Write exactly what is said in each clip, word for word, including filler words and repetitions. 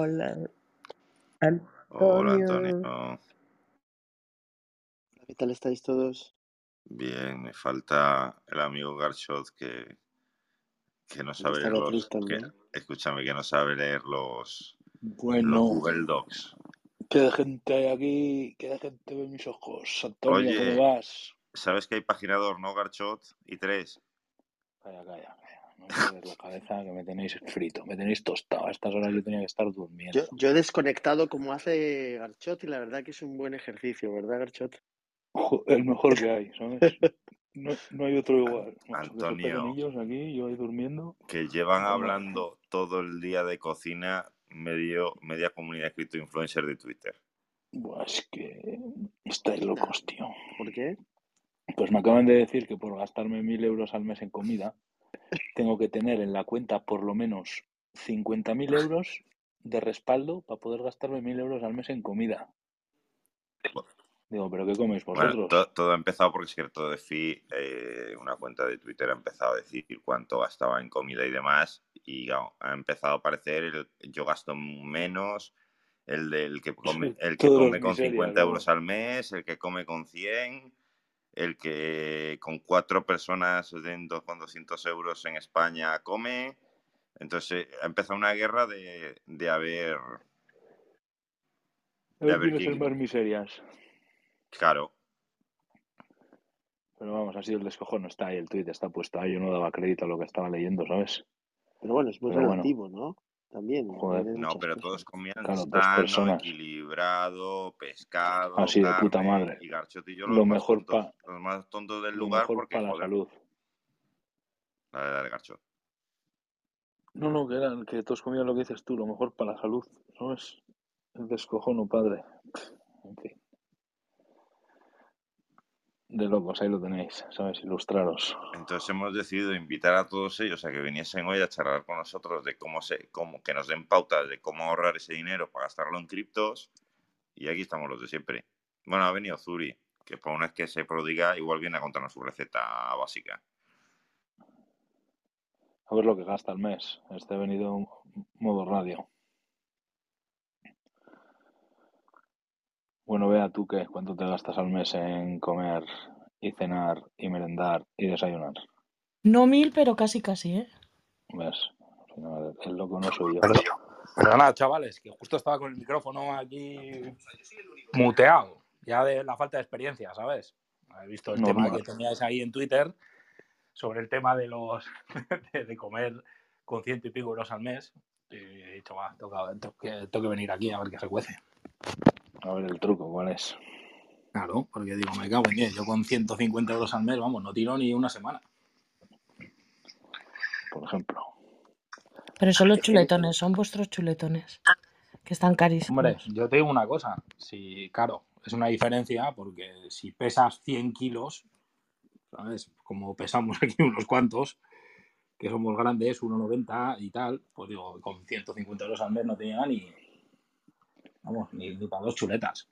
Hola, Hola, Antonio. Antonio. ¿Qué tal estáis todos? Bien, me falta el amigo Garchot que, que no sabe leer Estaría los... triste, que- ¿no? escúchame, que no sabe leer los, los Bueno, Google Docs. qué gente hay aquí, qué gente ve mis ojos. Antonio, Oye. ¿cómo vas? ¿Sabes que hay paginador, no, Garchot? Y tres. Calla, calla, calla. No me toques la cabeza que me tenéis frito, me tenéis tostado. A estas horas yo tenía que estar durmiendo. Yo, yo he desconectado como hace Garchot y la verdad que es un buen ejercicio, ¿verdad, Garchot? Ojo, el mejor que hay, ¿sabes? No, no hay otro igual. Macho, que se Antonio. peguen ellos aquí, yo ahí durmiendo. Que llevan Bueno. hablando todo el día de cocina medio, media comunidad de cripto influencer de Twitter. Buah, es que estáis locos, tío. ¿Por qué? Pues me acaban de decir que por gastarme mil euros al mes en comida, tengo que tener en la cuenta por lo menos cincuenta mil euros de respaldo para poder gastarme mil euros al mes en comida. Digo, ¿pero qué coméis vosotros? Bueno, to, todo ha empezado porque es cierto, de Fi, eh, una cuenta de Twitter ha empezado a decir cuánto gastaba en comida y demás, y oh, ha empezado a aparecer el yo gasto menos, el del que come, el que come con miserias, cincuenta ¿no? euros al mes, el que come con cien, el que con cuatro personas de, con doscientos euros en España come. Entonces ha empezado una guerra de, de haber... De haber quién es el más miserias. Claro. Pero vamos, ha sido el descojón, no está ahí, el tuit está puesto ahí, yo no daba crédito a lo que estaba leyendo, ¿sabes? Pero bueno, es muy Pero relativo, bueno. ¿no? También. Joder. No, pero cosas. todos comían claro, sano, equilibrado, pescado, así carne, de puta madre. Y Garchot y yo lo los más mejor tontos, pa... los más tontos del lo lugar mejor porque, para la joder, salud. La verdad de Garchot. No, no, que era que todos comían lo que dices tú, lo mejor para la salud, ¿sabes? El descojono, padre. En fin. De locos, ahí lo tenéis, ¿sabes? Ilustraros. Entonces hemos decidido invitar a todos ellos a que viniesen hoy a charlar con nosotros de cómo se, cómo, que nos den pautas de cómo ahorrar ese dinero para gastarlo en criptos. Y aquí estamos los de siempre. Bueno, ha venido Zuri, que por una vez que se prodiga, igual viene a contarnos su receta básica. A ver lo que gasta al mes. Este ha venido modo radio. Bueno, vea tú qué, cuánto te gastas al mes en comer y cenar y merendar y desayunar. No mil, pero casi casi, ¿eh? ¿Ves? El loco no soy yo. Perdón, perdona, chavales, que justo estaba con el micrófono aquí muteado, ya de la falta de experiencia, ¿sabes? He visto el Normal. tema que teníais ahí en Twitter sobre el tema de los de, de comer con ciento y pico euros al mes. Y he dicho, va, toca, toque, toque venir aquí a ver qué se cuece. A ver el truco, ¿cuál es? Claro, porque digo, me cago en diez, yo con ciento cincuenta euros al mes, vamos, no tiro ni una semana. Por ejemplo. Pero son los chuletones, son vuestros chuletones, que están carísimos. Hombre, yo te digo una cosa, si, claro, es una diferencia porque si pesas cien kilos, ¿sabes? Como pesamos aquí unos cuantos, que somos grandes, uno noventa y tal, pues digo, con ciento cincuenta euros al mes no te llega ni, vamos, ni, ni para dos chuletas.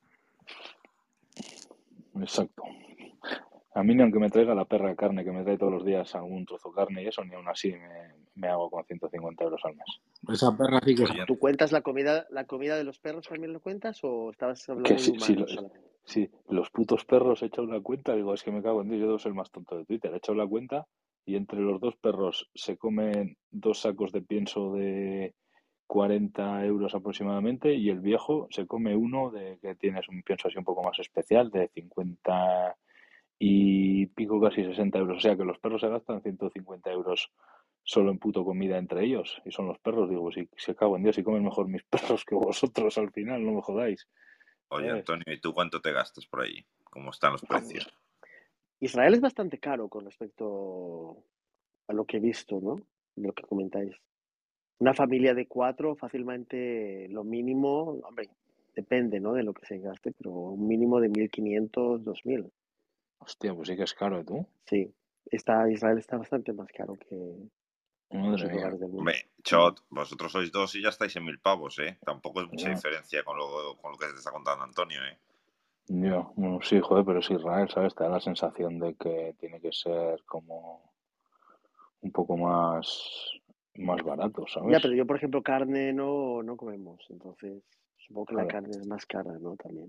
Exacto. A mí ni aunque me traiga la perra de carne, que me trae todos los días algún trozo de carne y eso, ni aún así me, me hago con ciento cincuenta euros al mes. Esa perra sí que es... ¿Tú cuentas la comida la comida de los perros también lo cuentas o estabas hablando Que de si, humanos si, lo, solamente? si los putos perros he echado una cuenta, digo, es que me cago en Dios, yo debo ser el más tonto de Twitter. He echado la cuenta y entre los dos perros se comen dos sacos de pienso de cuarenta euros aproximadamente y el viejo se come uno de que tienes un pienso así un poco más especial de cincuenta y pico, casi sesenta euros. O sea que los perros se gastan ciento cincuenta euros solo en puto comida entre ellos. Y son los perros, digo, si se cago en Dios, si comen mejor mis perros que vosotros al final, no me jodáis. Oye, Antonio, ¿y tú cuánto te gastas por ahí? ¿Cómo están los precios? Israel es bastante caro con respecto a lo que he visto, ¿no? De lo que comentáis. Una familia de cuatro, fácilmente lo mínimo, hombre, depende, ¿no? De lo que se gaste, pero un mínimo de mil quinientos, dos mil. Hostia, pues sí que es caro, ¿eh, tú? Sí, está, Israel está bastante más caro que muchos Madre mía. lugares del mundo. Hombre, Chot, vosotros sois dos y ya estáis en mil pavos, ¿eh? Tampoco es mucha Ya. diferencia con lo, con lo que te está contando Antonio, ¿eh? Yo, bueno, sí, joder, pero es Israel, ¿sabes? Te da la sensación de que tiene que ser como un poco más más barato, Ya, ¿sabes? pero yo, por ejemplo, carne no, no comemos, entonces supongo que la Claro. carne es más cara, ¿no? También.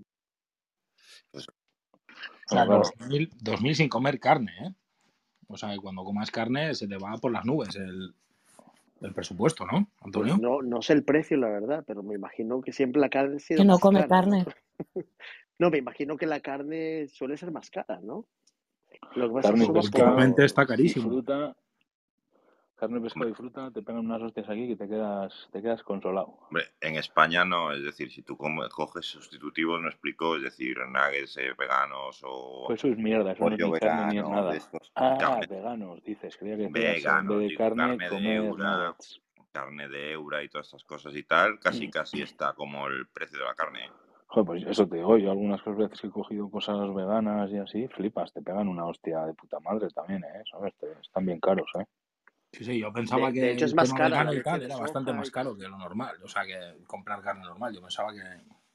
Pues, O sea, Claro, claro. dos mil, dos mil sin comer carne, ¿eh? O sea, que cuando comas carne se te va por las nubes el, el presupuesto, ¿no, Pues Antonio? no, no sé el precio, la verdad, pero me imagino que siempre la carne ha sido Que no más come cara, ¿no? carne. No, me imagino que la carne suele ser más cara, ¿no? Lo que pasa es que Carne y somos pescado Últimamente está como... y carísimo. fruta, carne, pescado hombre, y fruta, te pegan unas hostias aquí que te quedas, te quedas consolado. hombre, en España no, es decir, si tú come- coges sustitutivos, me explico, es decir, nuggets eh, veganos o Pues eso es mierda, eso no es pollo ni carne ni es vegano, de nada. estos, Ah, carne veganos, dices, creía que decías, eh, en vez veganos, de digo, carne, carne de comer eura, nuggets. carne de eura y todas estas cosas y tal, casi casi está como el precio de la carne. ¿eh? Joder, pues eso te digo, yo algunas veces que he cogido cosas veganas y así, flipas, te pegan una hostia de puta madre también, ¿eh? ¿Sabes? Te- están bien caros, ¿eh? Sí, sí, yo De, pensaba de que hecho, es el más tema cara la vegano y leche tal de era bastante soja más y tal. caro que lo normal. O sea, que comprar carne normal. Yo pensaba que,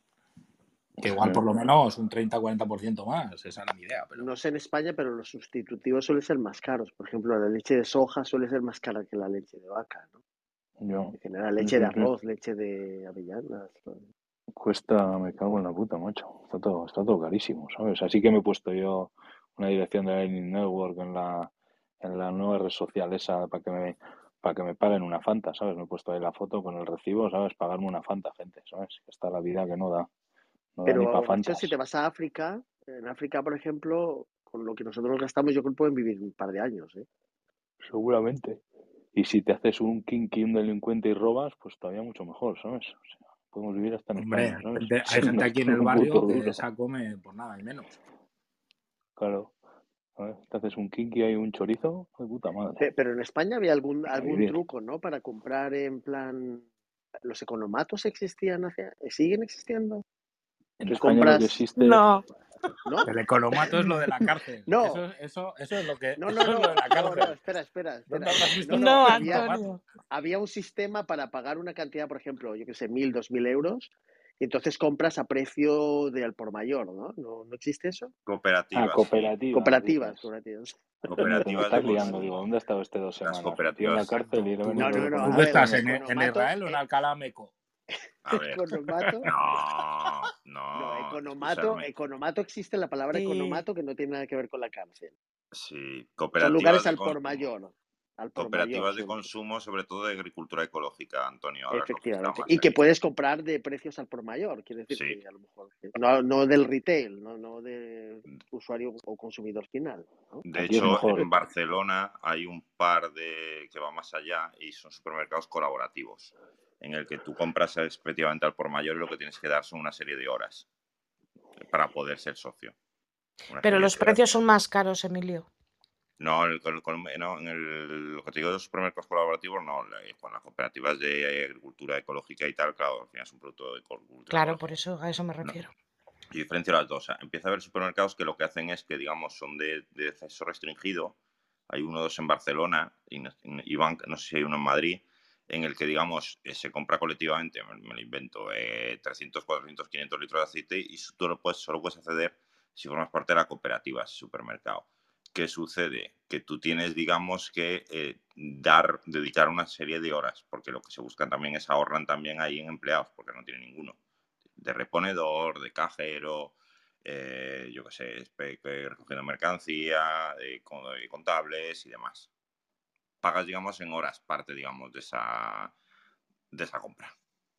que Sí. igual por lo menos un treinta a cuarenta por ciento más. Esa era mi idea, pero... No sé en España, pero los sustitutivos suelen ser más caros. Por ejemplo, la leche de soja suele ser más cara que la leche de vaca, ¿no? Yo, En general, sí, leche sí, de sí. arroz, leche de avellanas. ¿no? Cuesta, me cago en la puta, macho. Está todo, está todo carísimo, ¿sabes? Así que me he puesto yo una dirección de Lightning Network en la, en la nueva red social esa para que me, para que me paguen una Fanta, ¿sabes? Me he puesto ahí la foto con el recibo, ¿sabes? Pagarme una Fanta, gente, ¿sabes? Que está la vida que no da, no da ni para Pero, macho, Fantas. si te vas a África, en África, por ejemplo, con lo que nosotros gastamos, yo creo que pueden vivir un par de años, ¿eh? Seguramente. Y si te haces un kinky, un delincuente y robas, pues todavía mucho mejor, ¿sabes? O sea, podemos vivir hasta en Hombre, España, hay ¿sabes? gente, hay Sin gente aquí en gastar el un puto barrio que duro. esa come por nada y menos. Claro. A ver, te haces un kinky y un chorizo, de puta madre. Pe- Pero en España había algún, A algún vivir. truco, ¿no? Para comprar en plan... ¿Los economatos existían hace... ¿Siguen existiendo? En Que España lo que compras... existe, No. ¿No? El economato es lo de la cárcel. No, Eso, eso, eso es lo que, no, no, eso es lo de no, la no, no, cárcel. espera, espera, ¿Dónde espera. habrás visto No, tú no, No, un había, economato? Antonio. había un sistema para pagar una cantidad, por ejemplo, yo qué sé, mil, dos mil euros, y entonces compras a precio de al por mayor, ¿no? ¿No, no existe eso? ah, Cooperativas, sí. cooperativas, Cooperativas, dices. cooperativas. Coño, que me Cooperativas de estás liando. Digo, consumo. ¿dónde ha estado este dos Las semanas? Metido en la cooperativas, cárcel y le he ¿Tú, venido No, no, no, con a tú que un ver, estás el en, economato. en economato, Israel o en e- Alcalá Meco? a ver. economato, No, no, no, economato, escucharme. economato existe la palabra Sí. economato que no tiene nada que ver con la cárcel. Sí, Son cooperativas lugares de al por consumo. mayor, al por mayor Cooperativas de siempre. consumo, sobre todo de agricultura ecológica, Antonio. Ahora es lo que está Efectivamente. más Y que ahí. puedes comprar de precios al por mayor, quiere decir Sí. que a lo mejor. No, no del retail, no, no del usuario o consumidor final. ¿no? De Aquí es hecho, mejor. en Barcelona hay un par de que va más allá y son supermercados colaborativos, en el que tú compras efectivamente al por mayor y lo que tienes que dar son una serie de horas para poder ser socio. Una Pero serie los de horas. precios son más caros, Emilio. No, el- con- con- no, en el, lo que te digo de los supermercados colaborativos, no, la- con las cooperativas de agricultura ecológica y tal, claro, al final es un producto de agricultura Claro, ecológica. por eso a eso me No, refiero. yo diferencio las dos. O sea, empieza a haber supermercados que lo que hacen es que, digamos, son de, de acceso restringido. Hay uno o dos en Barcelona y, no- y van- no sé si hay uno en Madrid, en el que, digamos, eh, se compra colectivamente, me, me lo invento, eh, trescientos, cuatrocientos, quinientos litros de aceite y tú lo puedes, solo puedes acceder si formas parte de la cooperativa, ese supermercado. ¿Qué sucede? Que tú tienes, digamos, que eh, dar, dedicar una serie de horas, porque lo que se buscan también es ahorran también ahí en empleados, porque no tiene ninguno. De reponedor, de cajero, eh, yo qué sé, espe- eh, recogiendo mercancía, de, con- de contables y demás. Pagas, digamos, en horas parte, digamos, de esa, de esa compra.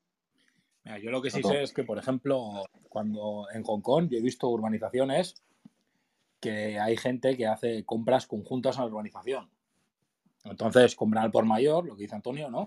Mira, yo lo que sí Claro. sé es que, por ejemplo, cuando en Hong Kong yo he visto urbanizaciones que hay gente que hace compras conjuntas en la urbanización. Entonces compran al por mayor, lo que dice Antonio, ¿no?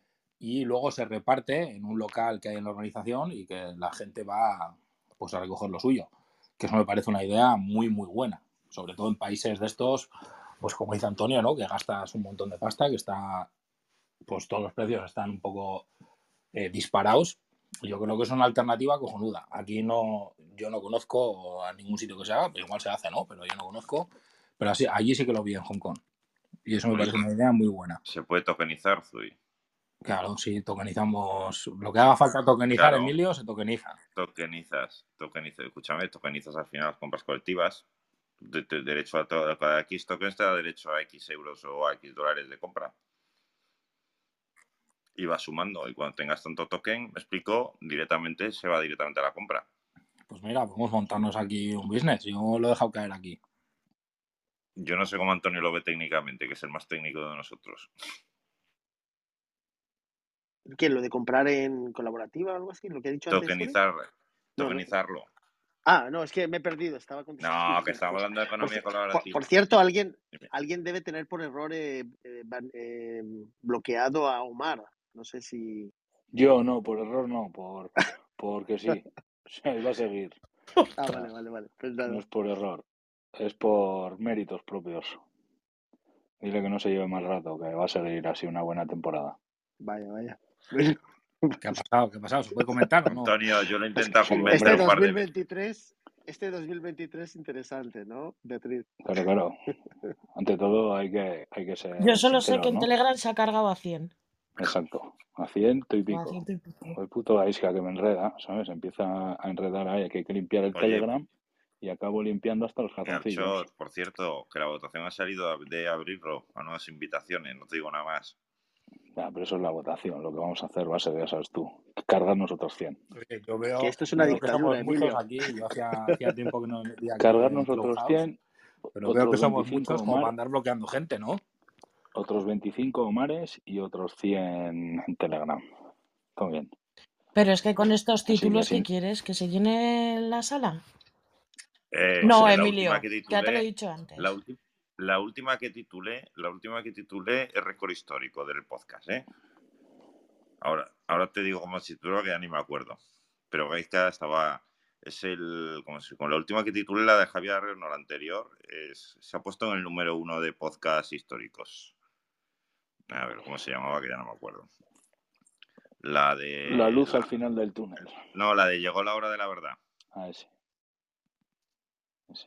Y luego se reparte en un local que hay en la urbanización y que la gente va pues a recoger lo suyo. Que eso me parece una idea muy, muy buena. Sobre todo en países de estos, pues como dice Antonio, ¿no? Que gastas un montón de pasta, que está, pues todos los precios están un poco eh, disparados. Yo creo que es una alternativa cojonuda. Aquí no, yo no conozco a ningún sitio que se haga, pero igual se hace, ¿no? Pero yo no conozco. Pero así, allí sí que lo vi en Hong Kong. Y eso me Bueno, parece una idea muy buena. se puede tokenizar, Zui. Claro, si tokenizamos lo que haga falta tokenizar, Claro, Emilio, se tokeniza. tokenizas, tokenizas, escúchame, tokenizas al final las compras colectivas. De, de- derecho a todo, cada X tokens te da derecho a X euros o a X dólares de compra. y vas sumando. Y cuando tengas tanto token, me explicó, directamente se va directamente a la compra. Pues mira, podemos montarnos aquí un business. Yo lo he dejado caer aquí. Yo no sé cómo Antonio lo ve técnicamente, que es el más técnico de nosotros. ¿Qué? ¿Lo de comprar en colaborativa o algo así? ¿Lo que ha dicho antes? Suri? Tokenizar, No, no. tokenizarlo. Ah, no, es que me he perdido. Estaba contestando. No, que estamos hablando de Por, economía ci- por, colaborativa. por cierto, alguien, Dime. alguien debe tener por error eh, eh, ban- eh, bloqueado a Omar. No sé si. Yo no, por error no, por porque sí. O sea, va a seguir. Ah, O vale, sea, vale, vale. Pues no nada. es por error, es por méritos propios. Dile que no se lleve más rato, que va a seguir así una buena temporada. Vaya, vaya. Bueno, ¿Qué ha pasado? ¿Qué ha pasado? ¿Se puede comentar o no? Antonio, yo lo he pues intentado Sí, convencer este hombre, un par de veces. dos mil veintitrés, este dos mil veintitrés interesante, ¿no, Beatriz? claro, claro. Ante todo hay que, hay que ser Yo solo sé que sinceros, en ¿no? Telegram se ha cargado a cien. Exacto. A ciento y O a pico. ciento y pico. El puto Gaisca que me enreda, ¿sabes? Empieza a enredar ahí, que hay que limpiar el Oye, Telegram y acabo limpiando hasta los ratoncillos. Garchot, por cierto, que la votación ha salido de abrirlo a nuevas invitaciones, no te digo nada más. Ya, pero eso es la votación. Lo que vamos a hacer va a ser, ya sabes tú, cargarnos otros cien. Oye, yo Que veo, esto es una veo que somos dictadura, muchos Emilio. aquí. Yo hacía, hacía tiempo que no me metía aquí Cargarnos en otros Clubhouse, cien, pero veo que otros somos veinticinco muchos como para Omar, andar bloqueando gente, ¿no? otros veinticinco Omares y otros cien en Telegram. Todo bien. Pero es que con estos Así que títulos, ¿qué así. quieres? ¿Que se llene la sala? Eh, Pues No, la sí. última Emilio, que ya te lo he titulé, dicho la, antes. ulti- la última que titulé, la última que titulé es récord histórico del podcast, ¿eh? Ahora, ahora te digo cómo se tituló, que ya ni me acuerdo. Pero Gaizka estaba, es el, como si, con la última que titulé, la de Javier Arreo, la anterior, es, se ha puesto en el número uno de podcasts históricos. A ver, ¿cómo se llamaba? Que ya no me acuerdo. La de... La luz la- al final del túnel. no, la de Llegó la hora de la verdad. Ah, ese. Ese.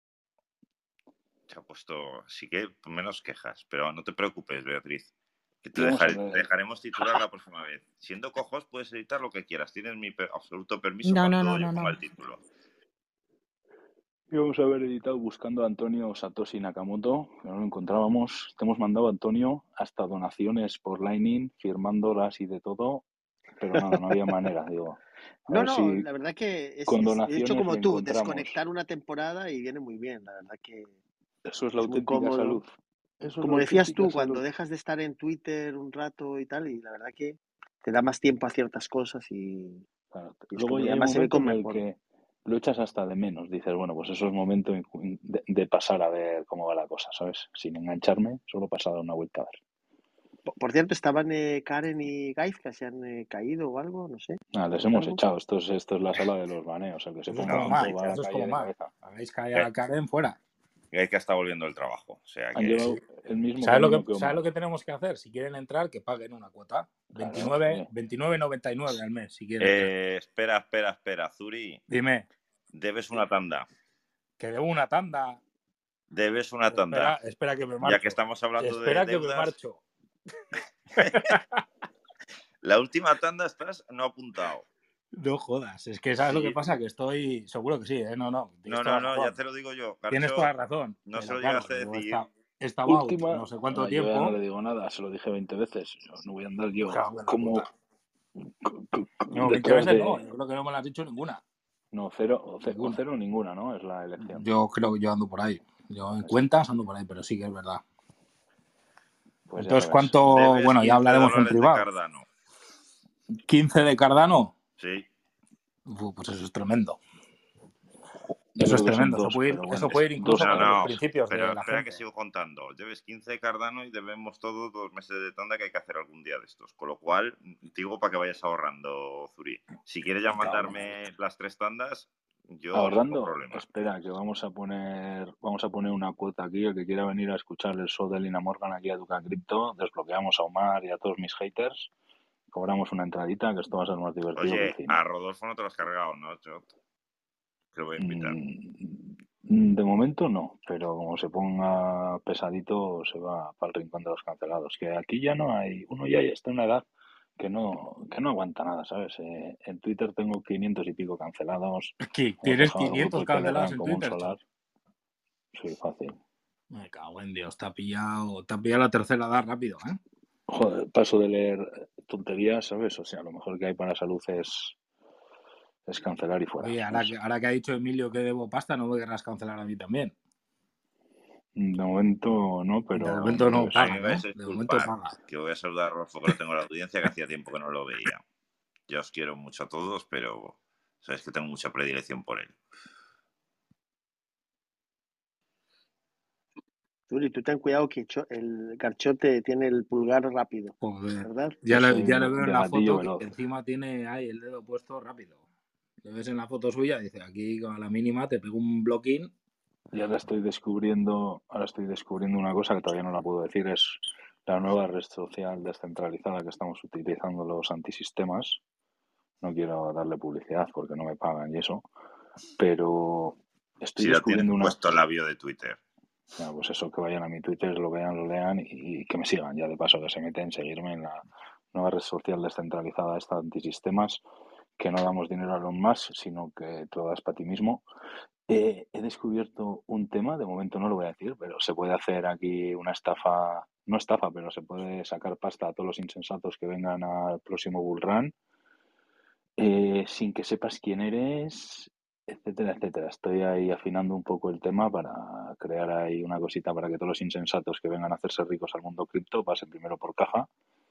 Se ha puesto, así que menos quejas, pero no te preocupes, Beatriz, que te, Y vamos a dejaré- te ver. dejaremos titular la próxima vez. Siendo cojos puedes editar lo que quieras, tienes mi per- absoluto permiso No, no, cuando no, yo no, ponga no. el título. Y vamos a haber editado buscando a Antonio Satoshi Nakamoto, que no lo encontrábamos. Te hemos mandado a Antonio hasta donaciones por Lightning, firmándolas y de todo, pero nada, no había manera, digo. A No, ver no, si la verdad que es, con es- he hecho donaciones como le tú, encontramos. desconectar una temporada y viene muy bien, la verdad que Eso es la es muy auténtica cómodo. salud. Eso es la Como decías auténtica tú, cuando salud. dejas de estar en Twitter un rato y tal, y la verdad que te da más tiempo a ciertas cosas y, Claro. y es Luego como, y ya hay un además se ve momento con en el mejor. que lo echas hasta de menos. Dices, bueno, pues eso es momento de, de pasar a ver cómo va la cosa, ¿sabes? Sin engancharme, solo pasar a dar una vuelta a ver. Por, por cierto, estaban eh, Karen y Gaizka, se han eh, caído o algo, no sé. Ah, les ¿Sabes hemos algo? echado. Esto es, esto es la sala de los baneos. El que se Eso es ponga como No, mal, tonto va a la eso es calle como de mal. cabeza. Hagáis caer Eh, a Karen fuera. Gaizka está volviendo el trabajo, o sea Han que... llevado el mismo ¿Sabes lo camino que, que ¿Sabes Omar. lo que tenemos que hacer? Si quieren entrar, que paguen una cuota. Claro, veintinueve, oye. veintinueve noventa y nueve al mes, si quieren entrar. Eh, espera, espera, espera, Zuri, Dime, debes una tanda, que debo una tanda. debes una tanda. Espera, espera que me Ya que marcho. estamos hablando de Espera que me deudas, marcho. la última tanda estás no apuntado. No jodas. Es que ¿sabes lo que Sí. pasa? Que estoy... Seguro que sí, ¿eh? No, no. Tienes No, toda no, la no, razón. ya te lo digo yo. Tienes Garcho, toda la razón. no se Pero lo claro, llegaste a yo decir. esta- estaba out Última. no sé cuánto Ah, yo ya tiempo. no le digo nada, se lo dije veinte veces. Yo no voy a andar yo Cago en la como puta. co- co- co- No, veinte detrás veces no. de. Yo creo que no me lo has dicho ninguna. No, cero o, ce- o Ninguna. cero ninguna, ¿no? Es la elección. Yo creo que yo ando por ahí. Yo en cuentas ando por ahí, pero sí que es verdad. Pues ya Entonces, sabes. ¿cuánto? Debes Bueno, ya quince hablaremos en dólares de privado. Cardano. ¿quince de Cardano? Sí. Uf, pues eso es tremendo. Yo Eso creo es que son tremendo. Eso dos, puede ir, pero bueno. eso puede ir incluso Dos No, contra los no, principios pero de la espera gente. que sigo contando. Debes quince de Cardano y debemos todos dos meses de tanda que hay que hacer algún día de estos. Con lo cual, digo para que vayas ahorrando, Zuri. Si quieres ya Me cago en la mandarme las tres tandas, yo no tengo Ahorrando, problema. espera, que vamos a poner vamos a poner una cuota aquí. El que quiera venir a escuchar el show de Lina Morgan aquí a Duca Crypto, desbloqueamos a Omar y a todos mis haters. Cobramos una entradita, que esto va a ser más divertido que el Oye, cine. a Rodolfo no te lo has cargado, ¿no, Chot? Te lo voy a invitar. Mm, De momento no, pero como se ponga pesadito se va para el rincón de los cancelados. Que aquí ya no hay, uno ya está en una edad que no, que no aguanta nada, ¿sabes? Eh, en Twitter tengo quinientos y pico cancelados. ¿Qué? Hemos ¿Tienes dejado el grupo quinientos de Telegram cancelados en como un Twitter, solar. Chot? Sí, fácil. Me cago en Dios. Te ha pillado, te ha pillado la tercera edad rápido, ¿eh? Joder, paso de leer tonterías, ¿sabes? O sea, lo mejor que hay para la salud es, es cancelar y fuera. Oye, ahora que, ahora que ha dicho Emilio que debo pasta, no me querrás cancelar a mí también. De momento no, pero... De momento no, pues, paga, me ¿no? vais a De momento disculpar, paga. que voy a saludar a Rolfo, que lo tengo en la audiencia, que hacía tiempo que no lo veía. Yo os quiero mucho a todos, pero sabéis que tengo mucha predilección por él. Turi, tú ten cuidado que cho- el Garchote tiene el pulgar rápido, Joder. ¿verdad? Ya, Yo le, soy ya le de- veo en de la gatillo foto que veloz. encima tiene ahí el dedo puesto rápido. Le ves en la foto suya y dice, aquí a la mínima te pego un blocking. Y ahora estoy descubriendo, ahora estoy descubriendo una cosa que todavía no la puedo decir, es la nueva red social descentralizada que estamos utilizando los antisistemas. No quiero darle publicidad porque no me pagan y eso, pero estoy Si la tienes descubriendo una... puesto en la bio de Twitter. Ya, pues eso, que vayan a mi Twitter, lo vean, lo lean y, y que me sigan. Ya de paso que se meten, seguirme en la nueva red social descentralizada esta antisistemas, que no damos dinero a los más, sino que todo das para ti mismo. Eh, he descubierto un tema, de momento no lo voy a decir, pero se puede hacer aquí una estafa, no estafa, pero se puede sacar pasta a todos los insensatos que vengan al próximo Bull Run, eh, sin que sepas quién eres, etcétera, etcétera. Estoy ahí afinando un poco el tema para crear ahí una cosita para que todos los insensatos que vengan a hacerse ricos al mundo cripto pasen primero por caja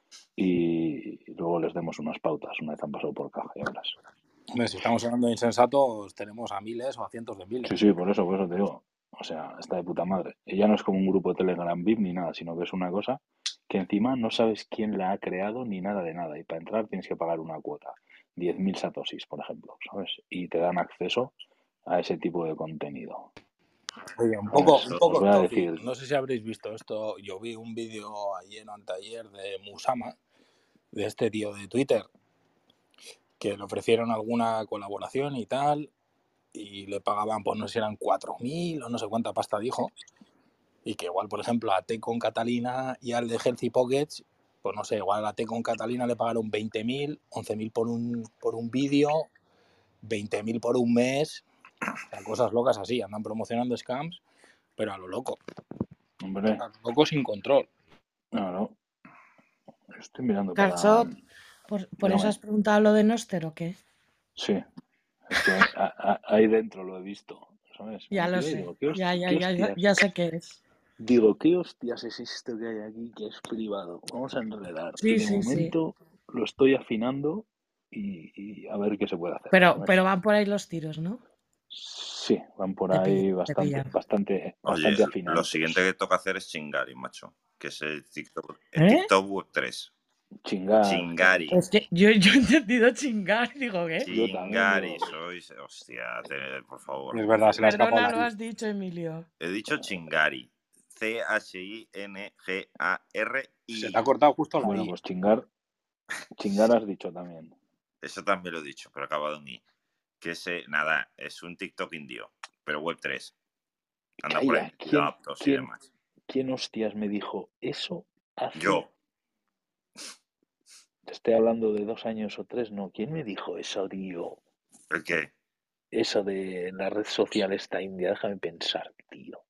y luego les demos unas pautas una vez han pasado por caja, ya verás. Hombre, si estamos hablando de insensatos, tenemos a miles o a cientos de miles. Sí, sí, por eso, por eso te digo. O sea, está de puta madre. Y ya no es como un grupo de Telegram V I P ni nada, sino que es una cosa que encima no sabes quién la ha creado ni nada de nada. Y para entrar tienes que pagar una cuota. diez mil satoshis, por ejemplo, ¿sabes? Y te dan acceso a ese tipo de contenido. Oye, un Vamos, poco, Eso- un os poco voy a tofi. decir, No sé si habréis visto esto. Yo vi un vídeo ayer o anteayer de Musama, de este tío de Twitter, que le ofrecieron alguna colaboración y tal, y le pagaban, pues no sé si eran cuatro mil o no sé cuánta pasta dijo, y que igual, por ejemplo, a T con Catalina y al de Healthy Pockets, pues no sé, igual a T con Catalina le pagaron veinte mil, once mil por un, por un vídeo, veinte mil por un mes, o sea, cosas locas así, andan promocionando scams, pero a lo loco, hombre, a lo loco sin control. no, no. Estoy mirando para... Garchot, ¿por, por eso Dígame. has preguntado lo de Noster o qué? Sí, es que a- a- ahí dentro lo he visto, ¿sabes? Me Ya he lo metido y sé. digo, ¿qué, Ya, hosti- ya, qué ya, ya, hostias? ya sé qué es. Digo, ¿qué hostias es esto que hay aquí que es privado? Vamos a enredar. Y Sí, de sí, sí. momento lo estoy afinando y, y a ver qué se puede hacer. Pero, ¿sabes? pero van por ahí los tiros, ¿no? Sí, van por Te ahí pillan, te bastante, pillan. bastante, Oye, bastante lo afinaditos. siguiente que toca hacer es Chingari, macho. Que es el TikTok, el ¿Eh? TikTok Web tres. Chingar. Chingari. Es que yo, yo he entendido chingar, digo, ¿qué? Yo también Chingari, digo, sois. Hostia, te- por favor. Es verdad, se le ha escapado Perdona, la lo I. has dicho, Emilio. He dicho Chingari. C H I N G A R Se I. te ha cortado justo la bueno, I. pues chingar, chingar has dicho también. Eso también lo he dicho, pero ha acabado en I. Que ese, nada, es un TikTok indio, pero Web tres. Anda por ahí, Calla, metido ¿quién, aptos y quién, demás. quién hostias me dijo eso hace... Yo. Te estoy hablando de dos años o tres, no. ¿Quién me dijo eso, tío? ¿El qué? Eso de la red social esta india, déjame pensar, tío.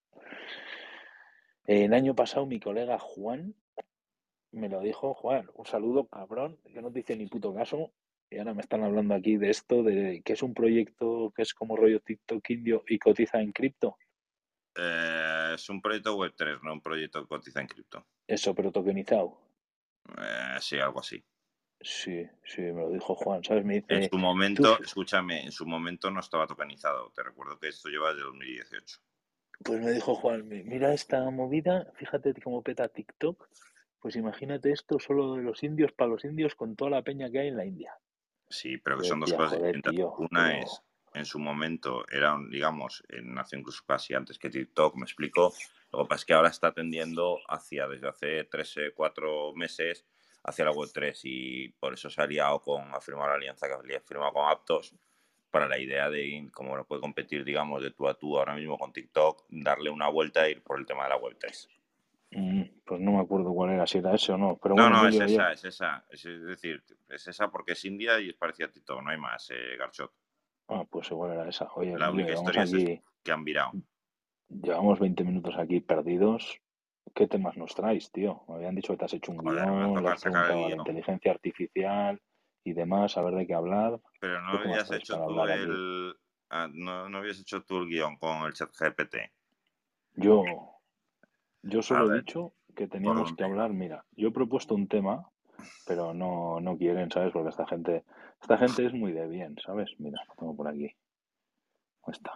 El año pasado mi colega Juan me lo dijo, Juan, un saludo, cabrón, que no te hice ni puto caso. Y ahora me están hablando aquí de esto, de que es un proyecto que es como rollo TikTok indio y cotiza en cripto. Eh, es un proyecto Web tres, no un proyecto que cotiza en cripto. Eso, pero tokenizado. Eh, sí, algo así. Sí, sí, me lo dijo Juan, ¿sabes? Me dice... En su momento, tú... escúchame, en su momento no estaba tokenizado. Te recuerdo que esto lleva desde dos mil dieciocho. Pues me dijo Juan, mira esta movida, fíjate cómo peta TikTok. Pues imagínate esto solo de los indios para los indios con toda la peña que hay en la India. Sí, pero que Yo son dos decía, cosas joder, distintas. tío, Una pero... es, en su momento, era, un- digamos, eh, nació incluso casi antes que TikTok, me explico. Lo que pasa es que ahora está tendiendo hacia, desde hace tres, cuatro meses, hacia la web tres y por eso se ha aliado con, ha firmado la alianza que ha firmado con Aptos para la idea de, como no puede competir, digamos, de tú a tú ahora mismo con TikTok, darle una vuelta e ir por el tema de la web tres. Mm, pues no me acuerdo cuál era, si era ese o no. Pero No, bueno, no, es Emilio, esa, oye, es esa. Es, es decir, es esa porque es India y es parecida a TikTok, no hay más, eh, Garchot. ah, pues igual era esa. Oye, La Emilio, única llevamos historia es esa, aquí, que han virado. llevamos veinte minutos aquí perdidos. ¿qué temas nos traes, tío? Me habían dicho que te has hecho un Joder, me va a guión, le tocar has sacar el preguntado a la guión. inteligencia artificial y demás, a ver de qué hablar. Pero no ¿Qué temas habías traes hecho para tú hablar aquí? el... ah, no, no habías hecho tú el guión con el chat G P T. Yo, yo A solo he ver, dicho que ¿por teníamos que dónde hablar, iba? mira, yo he propuesto un tema, pero no, no quieren, ¿sabes? Porque esta gente, esta gente es muy de bien, ¿sabes? Mira, lo tengo por aquí. ¿Dónde está?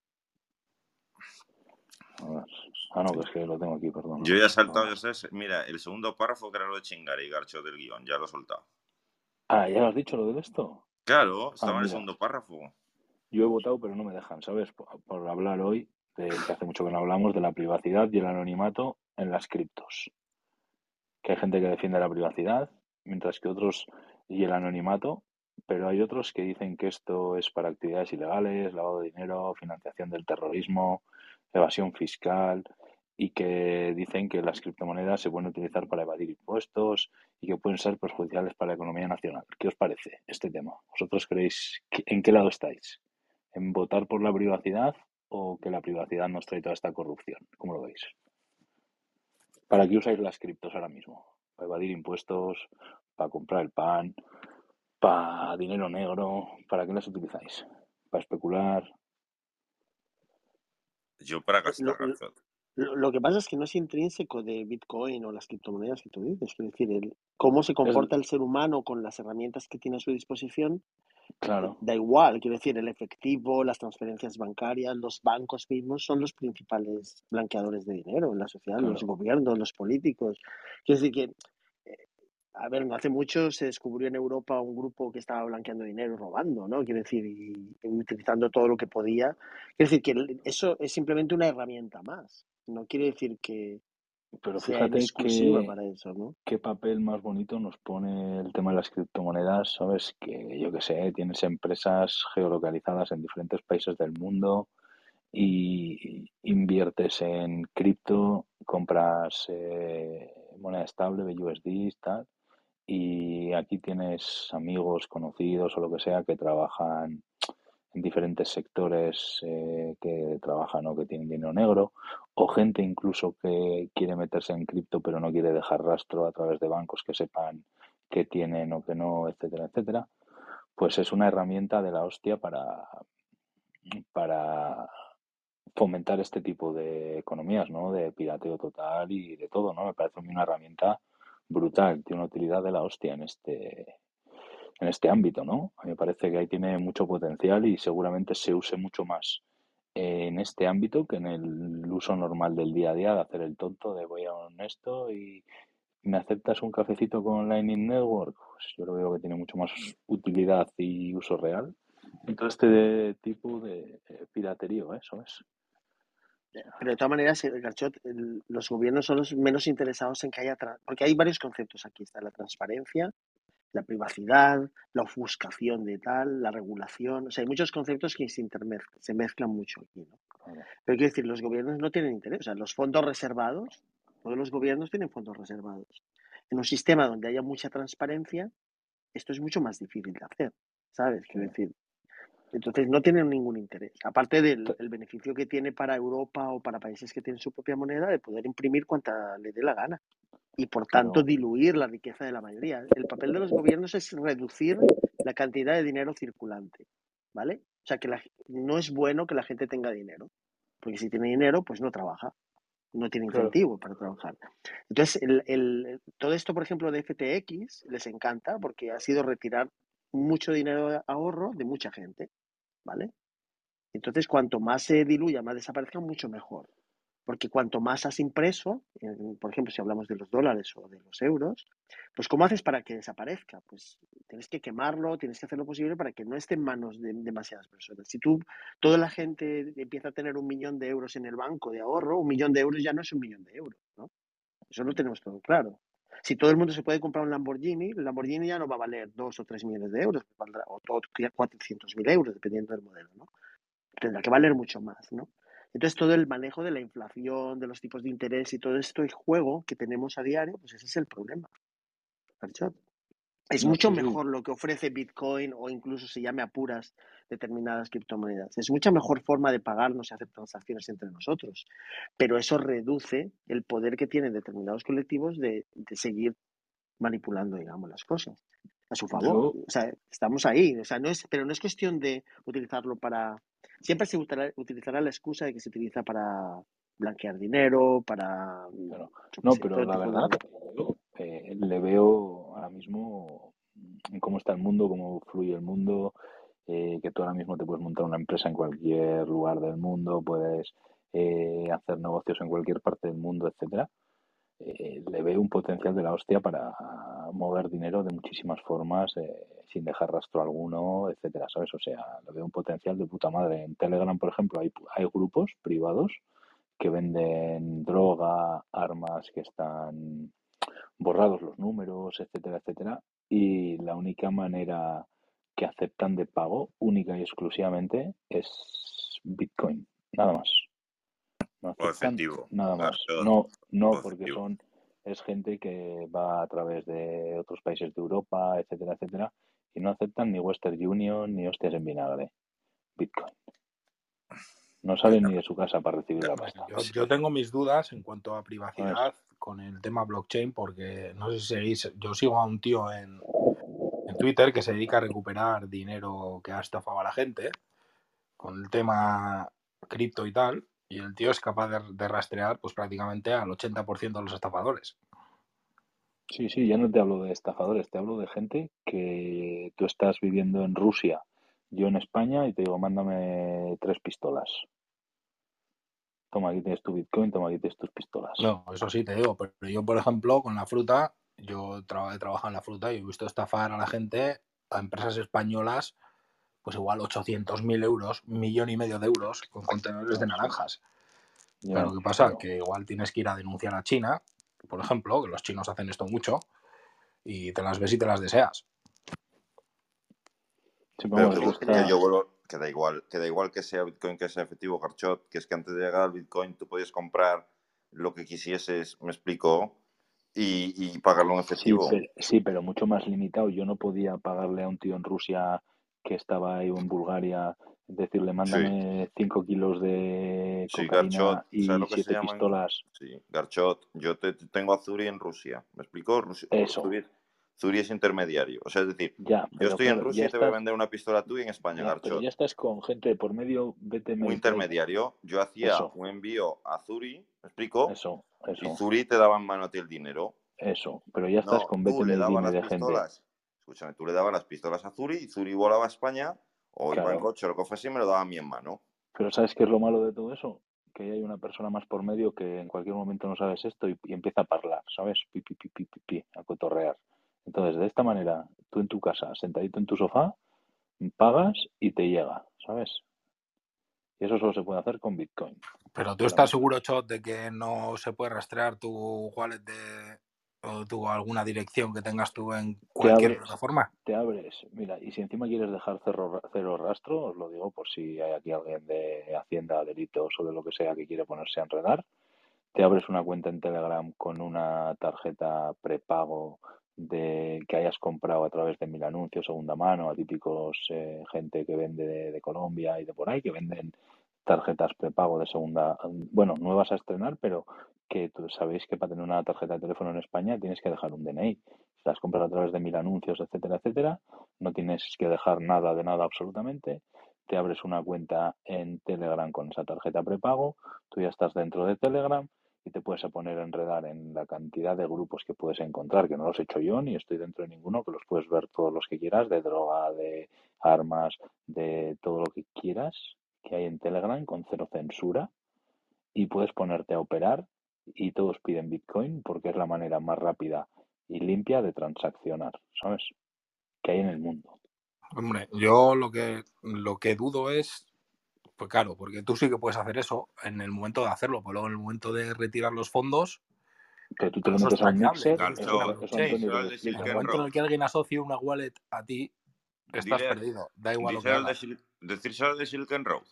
A ver. Ah, no, que es que lo tengo aquí, perdón. Yo ya he saltado, No. yo sé, mira, el segundo párrafo que era lo de chingar y garcho del guión, ya lo he soltado. Ah, ¿ya lo has dicho lo de esto? Claro, Ah, estaba en el mira, segundo párrafo. yo he votado, pero no me dejan, ¿sabes? Por, por hablar hoy, de, que hace mucho que no hablamos, de la privacidad y el anonimato en las criptos. Que hay gente que defiende la privacidad, mientras que otros, y el anonimato, pero hay otros que dicen que esto es para actividades ilegales, lavado de dinero, financiación del terrorismo, evasión fiscal, y que dicen que las criptomonedas se pueden utilizar para evadir impuestos y que pueden ser perjudiciales para la economía nacional. ¿Qué os parece este tema? ¿Vosotros creéis que, en qué lado estáis? ¿En votar por la privacidad o que la privacidad nos trae toda esta corrupción? ¿Cómo lo veis? ¿Para qué usáis las criptos ahora mismo? ¿Para evadir impuestos? ¿Para comprar el pan? ¿Para dinero negro? ¿Para qué las utilizáis? ¿Para especular? Yo para Eh, Lo, gastar, garcho. lo, lo que pasa es que no es intrínseco de Bitcoin o las criptomonedas que tú dices. Quiero decir, el, cómo se Es, comporta el ser humano con las herramientas que tiene a su disposición, eh, claro, da igual. Quiero decir, el efectivo, las transferencias bancarias, los bancos mismos son los principales blanqueadores de dinero en la sociedad, los claro. gobiernos, los políticos. Quiero decir que, eh, a ver, no hace mucho se descubrió en Europa un grupo que estaba blanqueando dinero y robando, ¿no? Quiero decir, y, y utilizando todo lo que podía. Quiero decir que el- eso es simplemente una herramienta más. No quiere decir que Pero sea en fíjate exclusiva que, para eso, ¿no? qué papel más bonito nos pone el tema de las criptomonedas, ¿sabes? Que yo qué sé, tienes empresas geolocalizadas en diferentes países del mundo y inviertes en cripto, compras eh, moneda estable de U S D y tal, y aquí tienes amigos, conocidos o lo que sea que trabajan en diferentes sectores eh, que trabajan o que tienen dinero negro, o gente incluso que quiere meterse en cripto pero no quiere dejar rastro a través de bancos que sepan que tienen o que no, etcétera, etcétera, pues es una herramienta de la hostia para, para fomentar este tipo de economías, ¿no? De pirateo total y de todo, ¿no? Me parece a mí una herramienta brutal, tiene una utilidad de la hostia en este, en este ámbito, ¿no? A mí me parece que ahí tiene mucho potencial y seguramente se use mucho más en este ámbito que en el uso normal del día a día, de hacer el tonto, de voy a un esto y me aceptas un cafecito con Lightning Network. Pues yo lo veo que tiene mucho más utilidad y uso real. Entonces, este tipo de eh, piraterío, eso es. Pero de todas maneras, el Garchot, el- los gobiernos son los menos interesados en que haya... tra- Porque hay varios conceptos aquí. Está la transparencia, la privacidad, la ofuscación de tal, la regulación. O sea, hay muchos conceptos que se intermezclan, se mezclan mucho aquí, ¿no? Claro, Pero quiero decir, los gobiernos no tienen interés. O sea, los fondos reservados, todos los gobiernos tienen fondos reservados. En un sistema donde haya mucha transparencia, esto es mucho más difícil de hacer, ¿sabes? sí. Quiero decir, entonces no tienen ningún interés. Aparte del Te- el beneficio que tiene para Europa o para países que tienen su propia moneda de poder imprimir cuanta le dé la gana y por tanto Pero, diluir la riqueza de la mayoría. El papel de los gobiernos es reducir la cantidad de dinero circulante, ¿vale? O sea, que la- no es bueno que la gente tenga dinero, porque si tiene dinero, pues no trabaja, no tiene claro, incentivo para trabajar. Entonces, el, el- todo esto, por ejemplo, de F T X les encanta porque ha sido retirar mucho dinero de ahorro de mucha gente, ¿vale? Entonces, cuanto más se diluya, más desaparezca, mucho mejor. Porque cuanto más has impreso, en- por ejemplo, si hablamos de los dólares o de los euros, pues ¿cómo haces para que desaparezca? Pues tienes que quemarlo, tienes que hacer lo posible para que no esté en manos de demasiadas personas. Si tú, toda la gente empieza a tener un millón de euros en el banco de ahorro, un millón de euros ya no es un millón de euros, ¿no? Eso lo tenemos todo claro. Si todo el mundo se puede comprar un Lamborghini, el Lamborghini ya no va a valer dos o tres millones de euros, valdrá, o cuatrocientos mil euros, dependiendo del modelo, ¿no? Tendrá que valer mucho más, ¿no? Entonces, todo el manejo de la inflación, de los tipos de interés y todo esto y juego que tenemos a diario, pues ese es el problema. Garchot. Es No, mucho sí, sí. mejor lo que ofrece Bitcoin o incluso si ya me apuras determinadas criptomonedas. Es mucha mejor forma de pagarnos y hacer transacciones entre nosotros. Pero eso reduce el poder que tienen determinados colectivos de, de seguir manipulando, digamos, las cosas a su favor. Yo, O sea, estamos ahí. O sea, no es, pero no es cuestión de utilizarlo para... Siempre se utilizará, utilizará la excusa de que se utiliza para blanquear dinero, para, pero, yo qué no, sé, todo pero el la tipo verdad, de... yo, eh, le veo ahora mismo en cómo está el mundo, cómo fluye el mundo, eh, que tú ahora mismo te puedes montar una empresa en cualquier lugar del mundo, puedes eh, hacer negocios en cualquier parte del mundo, etcétera. Eh, le veo un potencial de la hostia para mover dinero de muchísimas formas, eh, sin dejar rastro alguno, etcétera, ¿sabes? O sea, le veo un potencial de puta madre. En Telegram, por ejemplo, hay, hay grupos privados que venden droga, armas que están borrados los números, etcétera, etcétera. Y la única manera que aceptan de pago, única y exclusivamente, es Bitcoin. Nada más. No O aceptan efectivo. nada más. Garchot. No, no, O porque efectivo. son, es gente que va a través de otros países de Europa, etcétera, etcétera, y no aceptan ni Western Union ni hostias en vinagre. Bitcoin. No salen ni de su casa para recibir la Hombre, pasta. Yo, yo tengo mis dudas en cuanto a ¿Sabes? privacidad con el tema blockchain, porque no sé si seguís, yo sigo a un tío en, en Twitter que se dedica a recuperar dinero que ha estafado a la gente con el tema cripto y tal, y el tío es capaz de, de rastrear pues prácticamente al ochenta por ciento de los estafadores. Sí, sí, ya no te hablo de estafadores, te hablo de gente que tú estás viviendo en Rusia, yo en España, y te digo, mándame tres pistolas. Toma, aquí tienes tu Bitcoin, toma, aquí tienes tus pistolas. No, eso sí te digo, pero yo, por ejemplo, con la fruta, yo tra- he trabajado en la fruta y he visto estafar a la gente, a empresas españolas, pues igual ochocientos mil euros, millón y medio de euros con contenedores de Ah, sí. naranjas. Ya, Claro, ¿qué pasa? pero Que igual tienes que ir a denunciar a China, por ejemplo, que los chinos hacen esto mucho, y te las ves y te las deseas. sí, Pero vamos, que, eso Yo que creo, está. yo vuelvo, que da igual, que da igual que sea Bitcoin, que sea efectivo, Garchot, que es que antes de llegar al Bitcoin tú podías comprar lo que quisieses, me explico, y, y pagarlo en Sí, efectivo. pero, sí, pero mucho más limitado. Yo no podía pagarle a un tío en Rusia que estaba ahí o en Bulgaria, decirle, Sí, mándame cinco kilos de sí, cocaína Garchot, ¿sabes y lo que se siete llaman? pistolas. Sí, Garchot, yo te, te tengo a Zuri en Rusia, ¿me explico? Rusia- Eso, Zuri, Zuri es intermediario, o sea, es decir, ya, yo pero estoy en claro, ya Rusia y te voy a estás, vender una pistola tuya en España, ya, pero Garchot. ya estás con gente de por medio, vete, Un me trae. intermediario, yo hacía Eso, un envío a Zuri, ¿me explico? eso, Y eso, Zuri te daba en mano a ti el dinero. eso. Pero ya estás No, con tú le véteme y dabas dime las de gente. pistolas, escúchame, tú le dabas las pistolas a Zuri y Zuri volaba a España o iba en Claro. coche o lo que fuese y me lo daba a mí en mano. Pero ¿sabes qué es lo malo de todo eso? Que hay una persona más por medio que en cualquier momento no sabes esto y, y empieza a hablar, ¿sabes? Pi, pi, pi, pi, pi, pi, a cotorrear. Entonces, de esta manera, tú en tu casa, sentadito en tu sofá, pagas y te llega, ¿sabes? Y eso solo se puede hacer con Bitcoin. Pero tú De la estás ma- seguro, Chot, de que no se puede rastrear tu wallet de, o tu alguna dirección que tengas tú en Te cualquier abres, plataforma. te abres, mira, y si encima quieres dejar cero, cero rastro, os lo digo por si hay aquí alguien de Hacienda, delitos o de lo que sea que quiere ponerse a enredar, te abres una cuenta en Telegram con una tarjeta prepago de que hayas comprado a través de Mil Anuncios, segunda mano, a típicos eh, gente que vende de, de Colombia y de por ahí, que venden tarjetas prepago de segunda, bueno, nuevas a estrenar, pero que tú sabéis que para tener una tarjeta de teléfono en España tienes que dejar un D N I. Si las compras a través de Mil Anuncios, etcétera, etcétera, no tienes que dejar nada de nada absolutamente. Te abres una cuenta en Telegram con esa tarjeta prepago, tú ya estás dentro de Telegram y te puedes poner a enredar en la cantidad de grupos que puedes encontrar, que no los he hecho yo ni estoy dentro de ninguno, que los puedes ver todos los que quieras, de droga, de armas, de todo lo que quieras que hay en Telegram con cero censura y puedes ponerte a operar y todos piden Bitcoin porque es la manera más rápida y limpia de transaccionar, ¿sabes? Que hay en el mundo. Hombre, yo lo que, lo que dudo es, pues claro, porque tú sí que puedes hacer eso en el momento de hacerlo, pero luego en el momento de retirar los fondos, Que tú te pero lo eso es metes a un traqueable, mixer, que eso está en la Garchot, eso, eso blockchain. Antonio te díselo lo al de En explica. el Silken momento en Road. el que alguien asocie una wallet a ti, estás Dile, perdido. Da igual lo que díselo al de, hagas. Sil- decírselo al de Silken Road,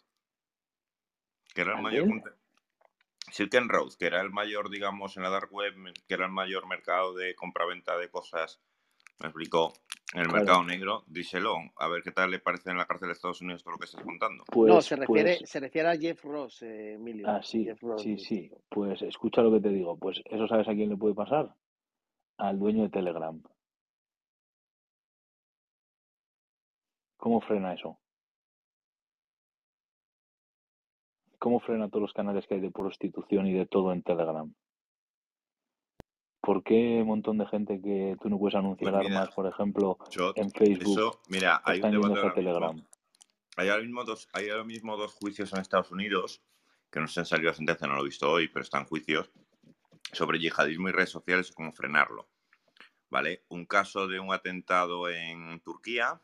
que era el ¿al de mayor... él? conte- Silken Road, que era el mayor, digamos, en la dark web, que era el mayor mercado de compraventa de cosas, Me explico. En el Claro. mercado negro, díselo. A ver qué tal le parece en la cárcel de Estados Unidos todo lo que estás contando. No, Pues, se refiere, pues, se refiere a Jeff Ross, eh, Emilio. ah, sí, Jeff Ross. sí, sí. Pues escucha lo que te digo. Pues eso, ¿sabes a quién le puede pasar? Al dueño de Telegram. ¿Cómo frena eso? ¿Cómo frena todos los canales que hay de prostitución y de todo en Telegram? ¿Por qué un montón de gente que tú no puedes anunciar Pues mira, armas, por ejemplo, Shot, en Facebook, eso, mira, hay un están debate yéndose a ahora mismo. Telegram? Hay ahora mismo dos, hay ahora mismo dos juicios en Estados Unidos, que no se han salido a sentencia, no lo he visto hoy, pero están juicios sobre yihadismo y redes sociales y cómo frenarlo. ¿Vale? Un caso de un atentado en Turquía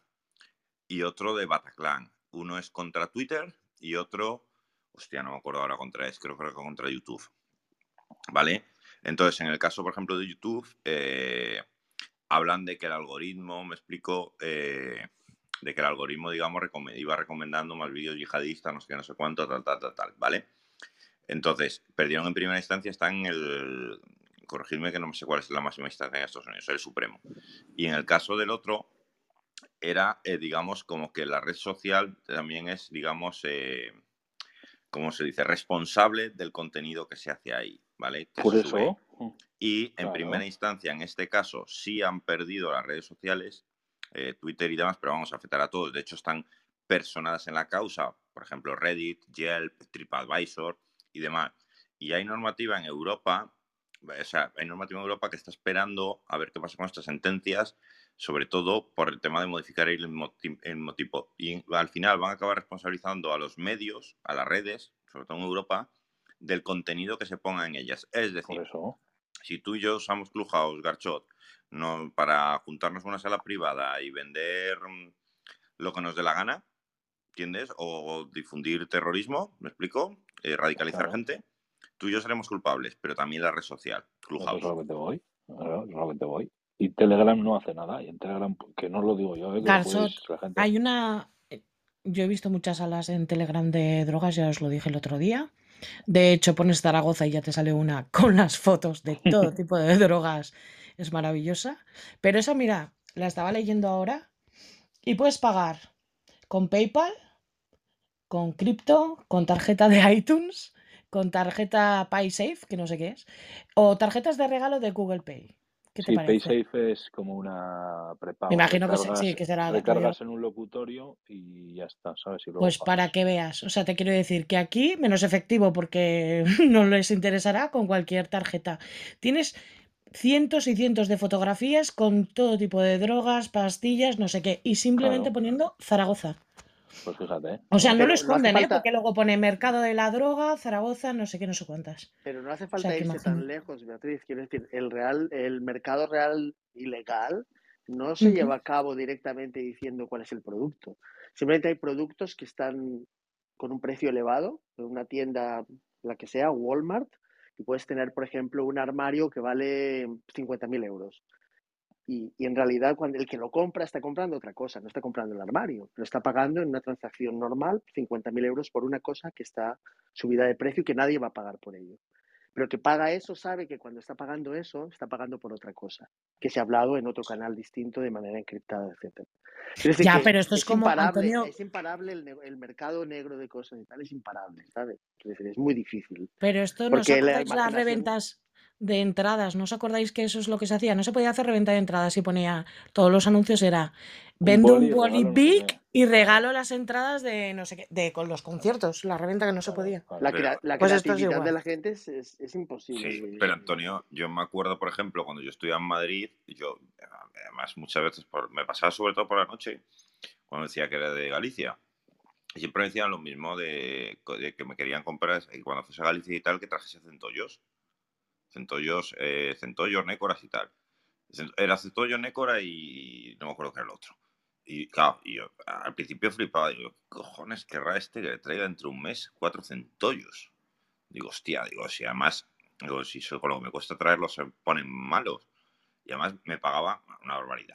y otro de Bataclan. Uno es contra Twitter y otro, hostia, no me acuerdo ahora contra es, creo, creo que contra YouTube. ¿Vale? Entonces, en el caso, por ejemplo, de YouTube, eh, hablan de que el algoritmo, me explico, eh, de que el algoritmo, digamos, recom iba recomendando más vídeos yihadistas, no sé qué, no sé cuánto, tal, tal, tal, tal, ¿vale? Entonces, perdieron en primera instancia, están en el... Corregidme que no sé cuál es la máxima instancia en Estados Unidos, el Supremo. Y en el caso del otro, era, eh, digamos, como que la red social también es, digamos, eh, ¿cómo se dice? Responsable del contenido que se hace ahí, ¿vale? Que Por se sube ahí. eso, Y en claro. primera instancia, en este caso, sí han perdido las redes sociales, eh, Twitter y demás, pero vamos a afectar a todos. De hecho, están personadas en la causa, por ejemplo, Reddit, Yelp, TripAdvisor y demás. Y hay normativa en Europa, o sea, hay normativa en Europa que está esperando a ver qué pasa con estas sentencias, sobre todo por el tema de modificar el, moti el motivo. Y al final van a acabar responsabilizando a los medios, a las redes, sobre todo en Europa, del contenido que se ponga en ellas. Es decir, por eso. si tú y yo usamos Clubhouse, Garchot, no, para juntarnos en una sala privada y vender mm, lo que nos dé la gana, ¿entiendes? O difundir terrorismo, ¿me explico? Eh, radicalizar Claro. gente, tú y yo seremos culpables, pero también la red social, Eso es Clubhouse. a lo que te voy. Claro, eso es a lo que te voy. Y Telegram no hace nada. Y en Telegram, que no lo digo yo, eh, que lo Garchot, podéis la gente. hay una... Yo he visto muchas salas en Telegram de drogas, ya os lo dije el otro día. De hecho, pones Zaragoza y ya te sale una con las fotos de todo tipo de drogas. Es maravillosa. Pero esa, mira, la estaba leyendo ahora y puedes pagar con PayPal, con cripto, con tarjeta de iTunes, con tarjeta PaySafe, que no sé qué es, o tarjetas de regalo de Google Pay. ¿Qué te Sí, parece? PaySafe es como una Me prepago. imagino que se- Recargas, sí, que será rollo. recargas en un locutorio y ya está, ¿sabes? Y luego Pues para pagas. que veas, o sea, te quiero decir que aquí, menos efectivo porque no les interesará con cualquier tarjeta. Tienes cientos y cientos de fotografías con todo tipo de drogas, pastillas, no sé qué, y simplemente Claro, poniendo Zaragoza. pues fíjate, ¿eh? O sea, no Pero lo no hace esconden, ¿eh? falta, Porque luego pone Mercado de la Droga, Zaragoza, no sé qué, no sé cuántas. pero no hace O sea, falta que irse tan imagino. lejos, Beatriz. Quiero decir, el real, el mercado real ilegal no se Ujú. lleva a cabo directamente diciendo cuál es el producto. Simplemente hay productos que están con un precio elevado, en una tienda, la que sea, Walmart, y puedes tener, por ejemplo, un armario que vale cincuenta mil euros. Y, y en realidad, cuando el que lo compra está comprando otra cosa, no está comprando el armario, lo está pagando en una transacción normal cincuenta mil euros por una cosa que está subida de precio y que nadie va a pagar por ello. Pero el que paga eso sabe que cuando está pagando eso, está pagando por otra cosa, que se ha hablado en otro canal distinto de manera encriptada, etcétera. Quiero decir Ya, que pero esto es es como, imparable, Antonio, es imparable el, el mercado negro de cosas y tal, es imparable, ¿sabes? Quiero decir, es muy difícil. pero esto, ¿no os Porque la acordáis las almacenación... reventas de entradas? ¿No os acordáis que eso es lo que se hacía? No se podía hacer reventa de entradas y ponía, todos los anuncios era, Un vendo un boli, boli regalo, no sé big qué. y Claro, regalo las entradas de no sé qué, de con los conciertos, la reventa que no se claro, podía. claro. La, Pero, crea- la Pues esto es creatividad de igual. la gente es, es, es imposible. sí, de- pero Antonio, yo me acuerdo, por ejemplo, cuando yo estudiaba en Madrid, yo, además, muchas veces por, me pasaba sobre todo por la noche, cuando decía que era de Galicia. Y siempre me decían lo mismo de, de que me querían comprar, y cuando fuese a Galicia y tal, que trajese centollos. Centollos, eh, centollos, nécoras y tal. Era centollo, nécora y no me acuerdo qué era el otro. Y claro, y yo al principio flipaba, digo, ¿qué cojones querrá este que le traiga dentro de un mes cuatro centollos? Digo, hostia, digo, si además, digo, si eso con lo que me cuesta traerlos se ponen malos. Y además me pagaba una barbaridad.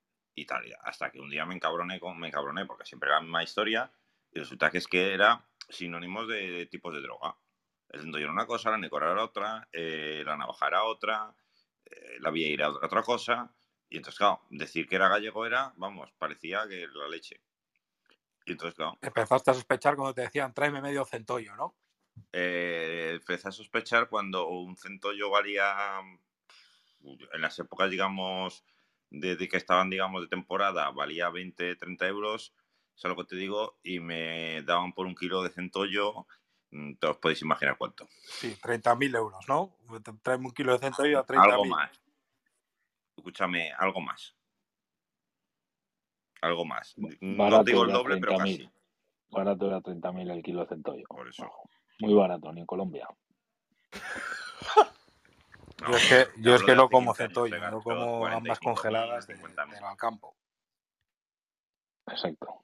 Y tal, y hasta que un día me encabroné, con, me encabroné porque siempre era la misma historia y resulta que es que era sinónimos de, de tipos de droga. El centollo era una cosa, la nécora era otra, eh, la navaja era otra, eh, la vieira era otra cosa Y entonces, claro, decir que era gallego era, vamos, parecía que la leche. Y entonces, claro, Empezaste a sospechar cuando te decían tráeme medio centollo, ¿no? eh, empecé a sospechar cuando un centollo valía, en las épocas, digamos, de, de que estaban, digamos, de temporada, valía veinte, treinta euros, eso es lo que te digo, y me daban por un kilo de centollo, mm, te os podéis imaginar cuánto. Sí, treinta mil euros, ¿no? Tráeme un kilo de centollo a treinta Algo mil. más. Escúchame, algo más. Algo más. No Barato te digo el era doble, pero treinta mil. casi. Barato era treinta mil el kilo de centollo. Por eso. Ojo, muy barato, ni en Colombia. No, Yo es que, te yo es hablo que de no hace como quince años, centollo, se yo gastó como cuarenta y gambas cinco mil, congeladas de, cincuenta mil. del Alcampo. Exacto.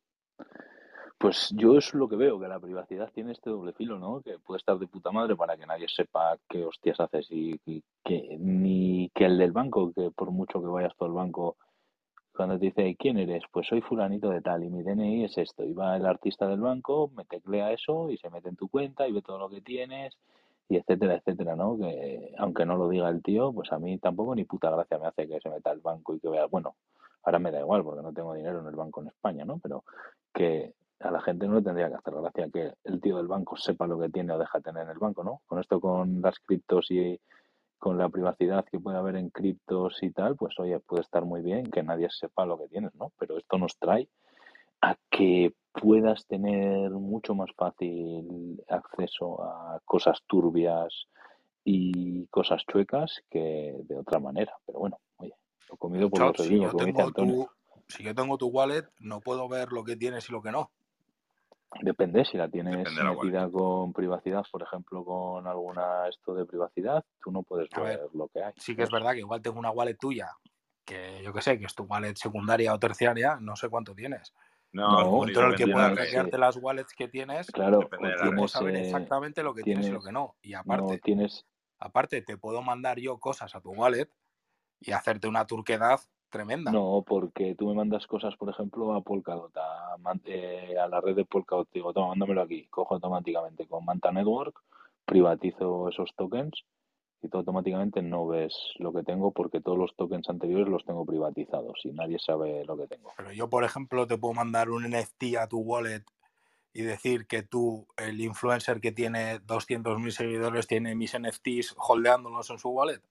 Pues yo es lo que veo, que la privacidad tiene este doble filo, ¿no? Que puede estar de puta madre para que nadie sepa qué hostias haces y, y que ni que el del banco, que por mucho que vayas tú al banco, cuando te dice ¿quién eres? Pues soy fulanito de tal y mi D N I es esto. Y va el artista del banco, me teclea eso y se mete en tu cuenta y ve todo lo que tienes y etcétera, etcétera, ¿no? Que aunque no lo diga el tío, pues a mí tampoco ni puta gracia me hace que se meta al banco y que vea, bueno, ahora me da igual porque no tengo dinero en el banco en España, ¿no? Pero que a la gente no le tendría que hacer gracia que el tío del banco sepa lo que tiene o deja de tener en el banco, ¿no? Con esto, con las criptos y con la privacidad que puede haber en criptos y tal, pues oye, puede estar muy bien que nadie sepa lo que tienes, ¿no? Pero esto nos trae a que puedas tener mucho más fácil acceso a cosas turbias y cosas chuecas que de otra manera. Pero bueno, oye, lo comido por lo Chao, si servido, yo como dice tengo Antonio. tu, si yo tengo tu wallet, no puedo ver lo que tienes y lo que no. Depende, si la tienes Depende de la metida wallet. con privacidad, por ejemplo, con alguna esto de privacidad, tú no puedes A ver ver, lo que hay. sí que es ¿sabes? verdad que igual tengo una wallet tuya, que yo que sé, que es tu wallet secundaria o terciaria, no sé cuánto tienes. No, En el No, momento en eso el que depende de pueda la tienes, red. hackearte eh, las wallets que tienes, claro, Depende o de la puedo red. tienes, saber eh, exactamente lo que tienes y lo tienes, que no. Y no, aparte, tienes, aparte te puedo mandar yo cosas a tu wallet y hacerte una turquedad tremenda. no, porque tú me mandas cosas, por ejemplo, a Polkadot, a, man- eh, a la red de Polkadot, digo, toma, mándamelo aquí, cojo automáticamente con Manta Network, privatizo esos tokens y tú automáticamente no ves lo que tengo porque todos los tokens anteriores los tengo privatizados y nadie sabe lo que tengo. Pero yo, por ejemplo, te puedo mandar un N F T a tu wallet y decir que tú, el influencer que tiene doscientos mil seguidores, tiene mis N F Ts holdeándolos en su wallet.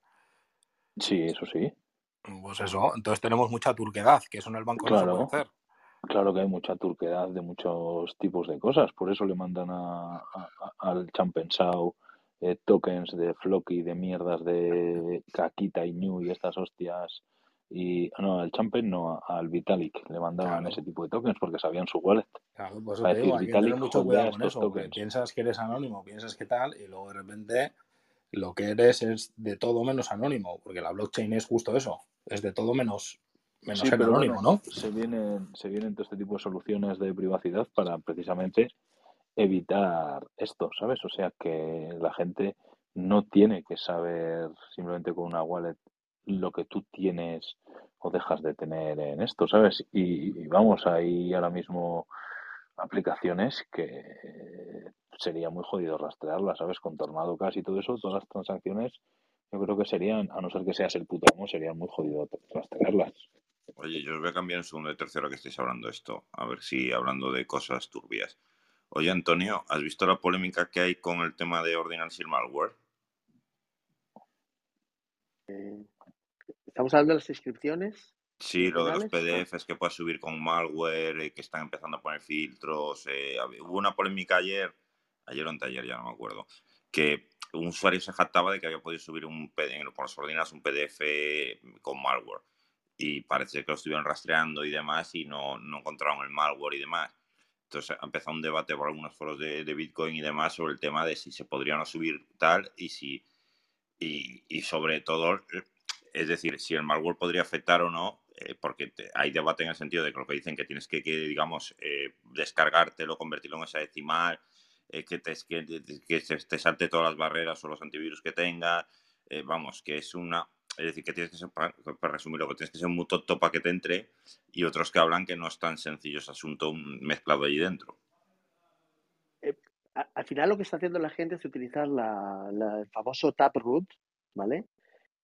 Sí, eso sí. Pues eso, entonces tenemos mucha turquedad, que eso en el banco no se puede Claro, hacer. claro que hay mucha turquedad de muchos tipos de cosas, por eso le mandan a, a- a- al Champensao eh, tokens de Floki, de mierdas de Kakita y Ñu y estas hostias. Y no, al Champen no, a- al Vitalik le mandaban Claro, ese tipo de tokens porque sabían su wallet. claro, por eso A te digo, decir, hay que tener Vitalik mucho holdea cuidado con estos eso, porque tokens. piensas que eres anónimo, piensas que tal, y luego de repente lo que eres es de todo menos anónimo, porque la blockchain es justo eso, es de todo menos, menos Sí, ser pero anónimo, bueno, ¿no? se vienen, se vienen todo este tipo de soluciones de privacidad para precisamente evitar esto, ¿sabes? O sea, que la gente no tiene que saber simplemente con una wallet lo que tú tienes o dejas de tener en esto, ¿sabes? Y, y vamos, hay ahora mismo aplicaciones que sería muy jodido rastrearlas, ¿sabes? Con Tornado Cash y todo eso, todas las transacciones, yo creo que serían, a no ser que seas el puto amo, serían muy jodido rastrearlas. Oye, yo os voy a cambiar un segundo de tercero que estáis hablando de esto. A ver si hablando de cosas turbias. Oye, Antonio, ¿has visto la polémica que hay con el tema de Ordinal Seal Malware? Eh, ¿Estamos hablando de las inscripciones Sí, lo de los bilaterales? Ah, P D Fs que puedas subir con malware, eh, que están empezando a poner filtros. eh, hab- hubo una polémica ayer, ayer o anteayer, ya no me acuerdo, que un usuario se jactaba de que había podido subir un P D F, con los ordenadores un P D F con malware. Y parece que lo estuvieron rastreando y demás y no, no encontraron el malware y demás. Entonces ha empezado un debate por algunos foros de, de Bitcoin y demás sobre el tema de si se podría o no subir tal y si y, y sobre todo, es decir, si el malware podría afectar o no, eh, porque te, hay debate en el sentido de que lo que dicen que tienes que, que digamos, eh, descargártelo, convertirlo en hexadecimal, eh, que, te, que, que te salte todas las barreras o los antivirus que tenga, eh, vamos, que es una... Es decir, que tienes que ser, para, para resumirlo, que tienes que ser muy tonto para que te entre, y otros que hablan que no es tan sencillo ese asunto mezclado allí dentro. eh, a- al final lo que está haciendo la gente es utilizar la, la- el famoso Taproot, ¿vale?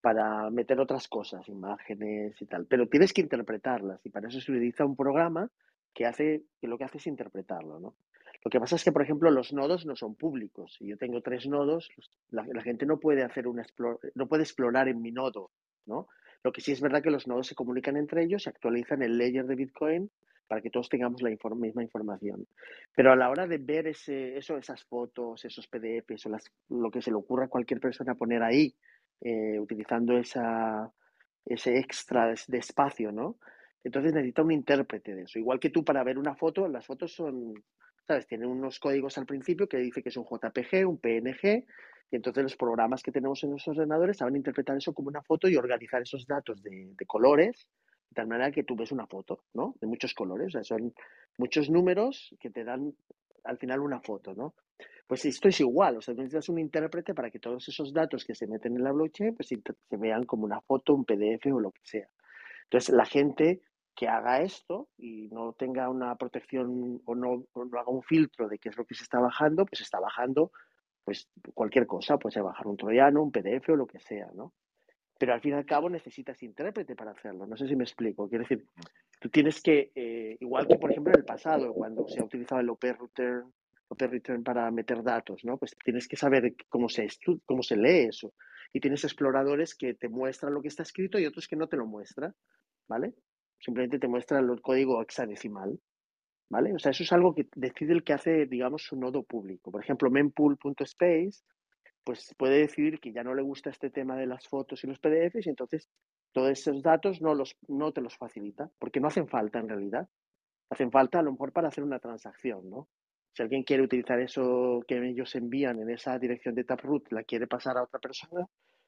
para meter otras cosas, imágenes y tal, pero tienes que interpretarlas y para eso se utiliza un programa que hace, que lo que hace es interpretarlo, ¿no? Lo que pasa es que, por ejemplo, los nodos no son públicos. Si yo tengo tres nodos, la, la gente no puede hacer una explore, no puede explorar en mi nodo, ¿no? Lo que sí es verdad que los nodos se comunican entre ellos y actualizan el layer de Bitcoin para que todos tengamos la inform misma información. Pero a la hora de ver ese, eso, esas fotos, esos P D Fs o las, lo que se le ocurra a cualquier persona poner ahí, eh, utilizando esa, ese extra de, de espacio, ¿no? Entonces necesita un intérprete de eso. Igual que tú para ver una foto, las fotos son, ¿sabes? Tienen unos códigos al principio que dice que es un J P G, un P N G, y entonces los programas que tenemos en los ordenadores saben interpretar eso como una foto y organizar esos datos de, de colores, de tal manera que tú ves una foto, ¿no? De muchos colores. O sea, son muchos números que te dan al final una foto, ¿no? Pues esto es igual, o sea, necesitas un intérprete para que todos esos datos que se meten en la blockchain pues, se vean como una foto, un P D F o lo que sea. Entonces, la gente que haga esto y no tenga una protección o no, o no haga un filtro de qué es lo que se está bajando, pues está bajando pues cualquier cosa, puede bajar un troyano, un P D F o lo que sea, ¿no? Pero al fin y al cabo necesitas intérprete para hacerlo. No sé si me explico. Quiero decir, tú tienes que, eh, igual que por ejemplo en el pasado, cuando se ha utilizado el O P return, O P return para meter datos, ¿no? Pues tienes que saber cómo se, cómo se lee eso. Y tienes exploradores que te muestran lo que está escrito y otros que no te lo muestran, ¿vale? Simplemente te muestran el código hexadecimal, ¿vale? O sea, eso es algo que decide el que hace, digamos, su nodo público. Por ejemplo, mempool.space pues puede decidir que ya no le gusta este tema de las fotos y los P D Fs y entonces todos esos datos no, los, no te los facilita, porque no hacen falta en realidad. Hacen falta a lo mejor para hacer una transacción, ¿no? Si alguien quiere utilizar eso que ellos envían en esa dirección de Taproot, la quiere pasar a otra persona,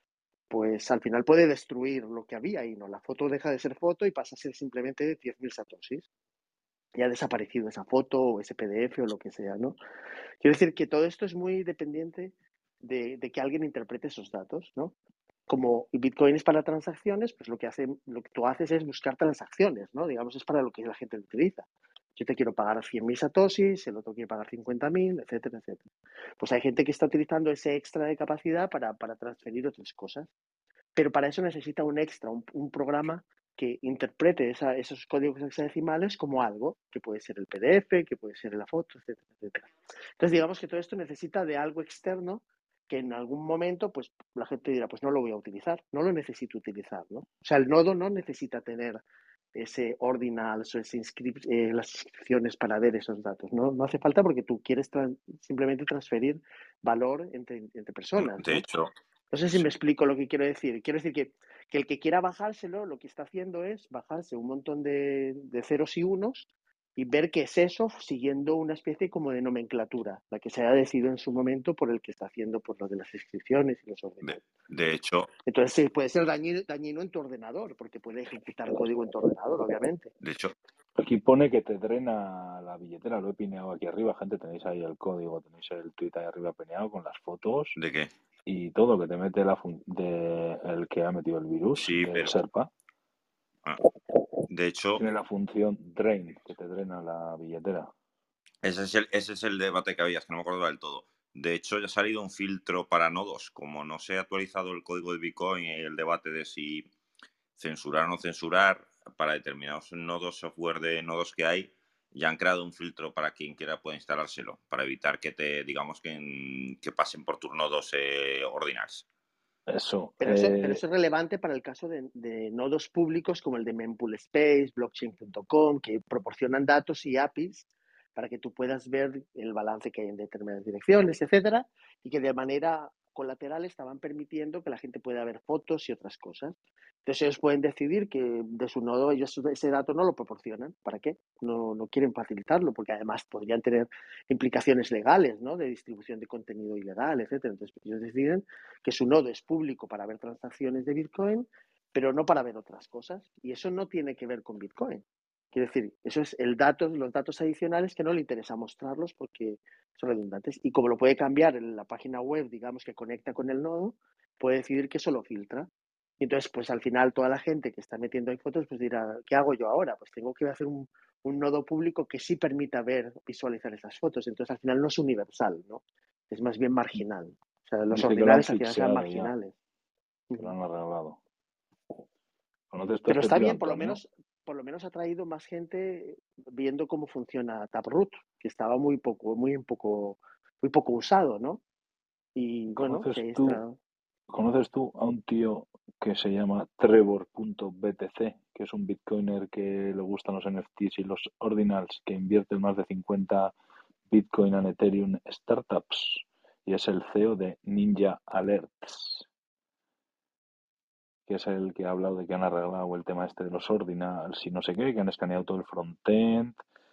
pues al final puede destruir lo que había ahí, ¿no? La foto deja de ser foto y pasa a ser simplemente diez mil satoshis. Ya ha desaparecido esa foto o ese P D F o lo que sea, ¿no? Quiero decir que todo esto es muy dependiente de, de que alguien interprete esos datos, ¿no? Como Bitcoin es para transacciones, pues lo que, hace, lo que tú haces es buscar transacciones, ¿no? Digamos, es para lo que la gente lo utiliza. Yo te quiero pagar cien mil satoshis, el otro quiere pagar cincuenta mil, etcétera, etcétera. Pues hay gente que está utilizando ese extra de capacidad para, para transferir otras cosas. Pero para eso necesita un extra, un, un programa que interprete esa, esos códigos hexadecimales como algo, que puede ser el P D F, que puede ser la foto, etcétera, etcétera. Entonces, digamos que todo esto necesita de algo externo que en algún momento, pues la gente dirá, pues no lo voy a utilizar, no lo necesito utilizar, ¿no? O sea, el nodo no necesita tener ese ordinals o ese inscrip eh, las inscripciones para ver esos datos, ¿no? No hace falta porque tú quieres tra simplemente transferir valor entre, entre personas, De ¿no? hecho, No sé si sí. me explico lo que quiero decir. Quiero decir que, que el que quiera bajárselo, lo que está haciendo es bajarse un montón de, de ceros y unos y ver qué es eso siguiendo una especie como de nomenclatura, la que se haya decidido en su momento por el que está haciendo por lo de las inscripciones y los De, ordenadores. de hecho, Entonces sí, puede ser dañino, dañino en tu ordenador, porque puede ejecutar código en tu ordenador, obviamente. de hecho, Aquí pone que te drena la billetera, lo he pineado aquí arriba, gente, tenéis ahí el código, tenéis el tweet ahí arriba pineado con las fotos ¿de qué? y todo que te mete la fun de el que ha metido el virus, Sí, del pero Serpa. ah, de hecho, Tiene la función drain, que te drena la billetera. ese es el, ese es el debate que había, es que no me acuerdo del todo. De hecho, ya ha salido un filtro para nodos. Como no se ha actualizado el código de Bitcoin y el debate de si censurar o no censurar, para determinados nodos, software de nodos que hay, ya han creado un filtro para quien quiera pueda instalárselo, para evitar que te, digamos, que, en, que pasen por tus nodos eh, ordinals. Eso. Pero, eso. Eh... pero eso es relevante para el caso de, de nodos públicos como el de Mempool Space, blockchain punto com, que proporcionan datos y A P Is para que tú puedas ver el balance que hay en determinadas direcciones, etcétera, y que de manera colateral estaban permitiendo que la gente pueda ver fotos y otras cosas. Entonces ellos pueden decidir que de su nodo ellos ese dato no lo proporcionan. ¿Para qué? No, no quieren facilitarlo, porque además podrían tener implicaciones legales, ¿no? De distribución de contenido ilegal, etcétera. Entonces ellos deciden que su nodo es público para ver transacciones de Bitcoin, pero no para ver otras cosas. Y eso no tiene que ver con Bitcoin. Quiero decir, eso es el dato, los datos adicionales que no le interesa mostrarlos porque son redundantes. Y como lo puede cambiar en la página web, digamos, que conecta con el nodo, puede decidir que eso lo filtra. Y entonces, pues al final toda la gente que está metiendo ahí fotos, pues dirá, ¿qué hago yo ahora? Pues tengo que hacer un, un nodo público que sí permita ver, visualizar esas fotos. Entonces al final no es universal, ¿no? Es más bien marginal. O sea, los Dice que lo han ordinales al final serán fixeado ya. marginales. que lo han arreglado. ¿Conoces tú Pero este está tío, bien, por lo Antonio? menos, por lo menos ha traído más gente viendo cómo funciona Taproot, que estaba muy poco, muy en poco, muy poco usado, ¿no? Y bueno, ¿Conoces que tú, está. ¿Conoces tú a un tío que se llama Trevor punto B T C, que es un bitcoiner que le gustan los N F Ts y los ordinals, que invierte en más de cincuenta Bitcoin and Ethereum startups, y es el C E O de Ninja Alerts, que es el que ha hablado de que han arreglado el tema este de los ordinals y no sé qué, que han escaneado todo el frontend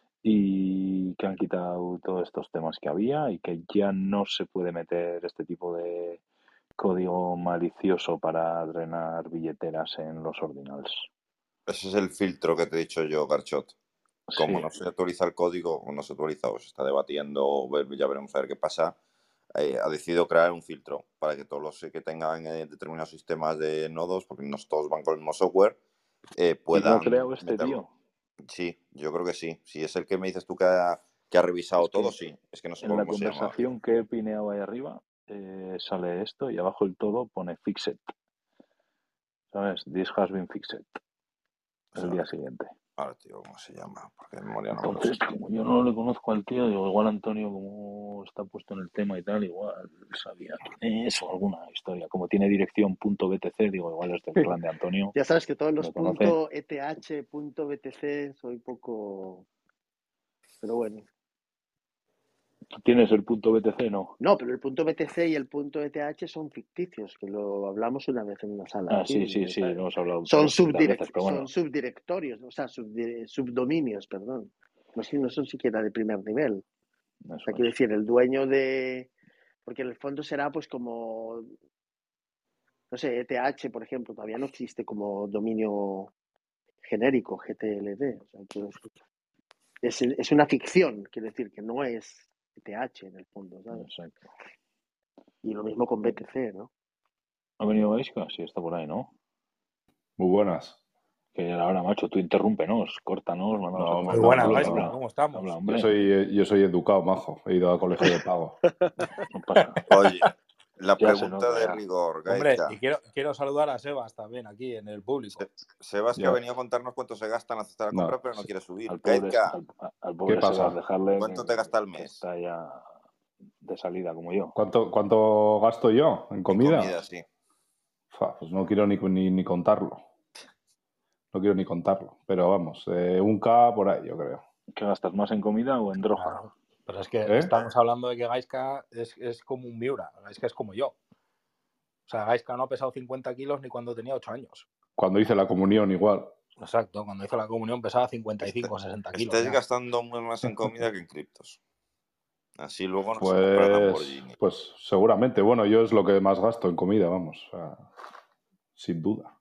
y que han quitado todos estos temas que había y que ya no se puede meter este tipo de código malicioso para drenar billeteras en los ordinals. Ese es el filtro que te he dicho yo, Garchot. Como Sí. no se actualiza el código, o no se actualiza, o se está debatiendo, ya veremos a ver qué pasa, eh, ha decidido crear un filtro para que todos los que tengan eh, determinados sistemas de nodos, porque no todos van con el mismo software, eh, ¿Y lo ha puedan creado este meterlo. tío? Sí, yo creo que sí. Si es el que me dices tú que ha, que ha revisado Es que todo, sí. Es que no sé en la cómo se llama. conversación que he pineado ahí arriba eh, sale esto y abajo del todo pone fixed. ¿Sabes? This has been fixed. O El sea, día siguiente. ahora, tío, ¿cómo se llama? Porque de memoria no me lo Entonces, sé. como yo no le conozco al tío, digo, igual Antonio, como está puesto en el tema y tal, igual sabía quién es o alguna historia. Como tiene dirección punto B T C, digo, igual es del clan de Antonio. Ya sabes que todos los Lo conoce. punto E T H, punto B T C, soy poco. Pero bueno. ¿Tú tienes el punto B T C? No. No, pero el punto B T C y el punto E T H son ficticios, que lo hablamos una vez en una sala. Ah, aquí, sí, sí, o sí, sea, lo hemos hablado son, trescientas subdirec- veces, pero bueno. son subdirectorios, o sea, subdi- subdominios, perdón. No, sé, no son siquiera de primer nivel. O Eso sea, quiero es. decir, el dueño de. Porque en el fondo será pues como. No sé, E T H, por ejemplo, todavía no existe como dominio genérico, G T L D. O sea, quiero decir, es, es una ficción, quiero decir, que no es E T H en el fondo, ¿sabes? Exacto. Y lo mismo con B T C, ¿no? ¿Ha venido Gaisca? Sí, está por ahí, ¿no? Muy buenas. Que ya ahora, macho, tú interrúmpenos, córtanos, mandamos No, a tomar Muy no, por buenas, no, culo. Gaisca, no. Habla, ¿cómo estamos? habla, Yo hombre. soy, yo soy educado, majo. He ido a colegio de pago. No pasa nada. Oye, la Ya se pregunta nota de ya. rigor, Hombre, Gaizka. y quiero, quiero saludar a Sebas también aquí en el público. Se- Sebas, que Ya. ha venido a contarnos cuánto se gasta en hacer la No, compra, pero no sí. quiere subir. Al pobre, Gaizka, al, al pobre ¿Qué pasa? Sebas, dejarle ¿cuánto que, te gasta al que mes? está ya de salida como yo. ¿Cuánto, cuánto gasto yo en En comida? comida, sí. Fa, pues no quiero ni, ni, ni contarlo. No quiero ni contarlo. Pero vamos, eh, un K por ahí, yo creo. ¿Qué gastas, más en comida o en droga? Claro. Pero es que ¿Eh? estamos hablando de que Gaisca es, es como un Miura. Gaisca es como yo. O sea, Gaisca no ha pesado cincuenta kilos ni cuando tenía ocho años. Cuando hice la comunión igual. Exacto, cuando hizo la comunión pesaba cincuenta y cinco o sesenta kilos. Estáis ya. gastando muy más en comida que en criptos. Así luego no se compra el Pues, Lamborghini. pues seguramente. Bueno, yo es lo que más gasto en comida, vamos. O sea, sin duda.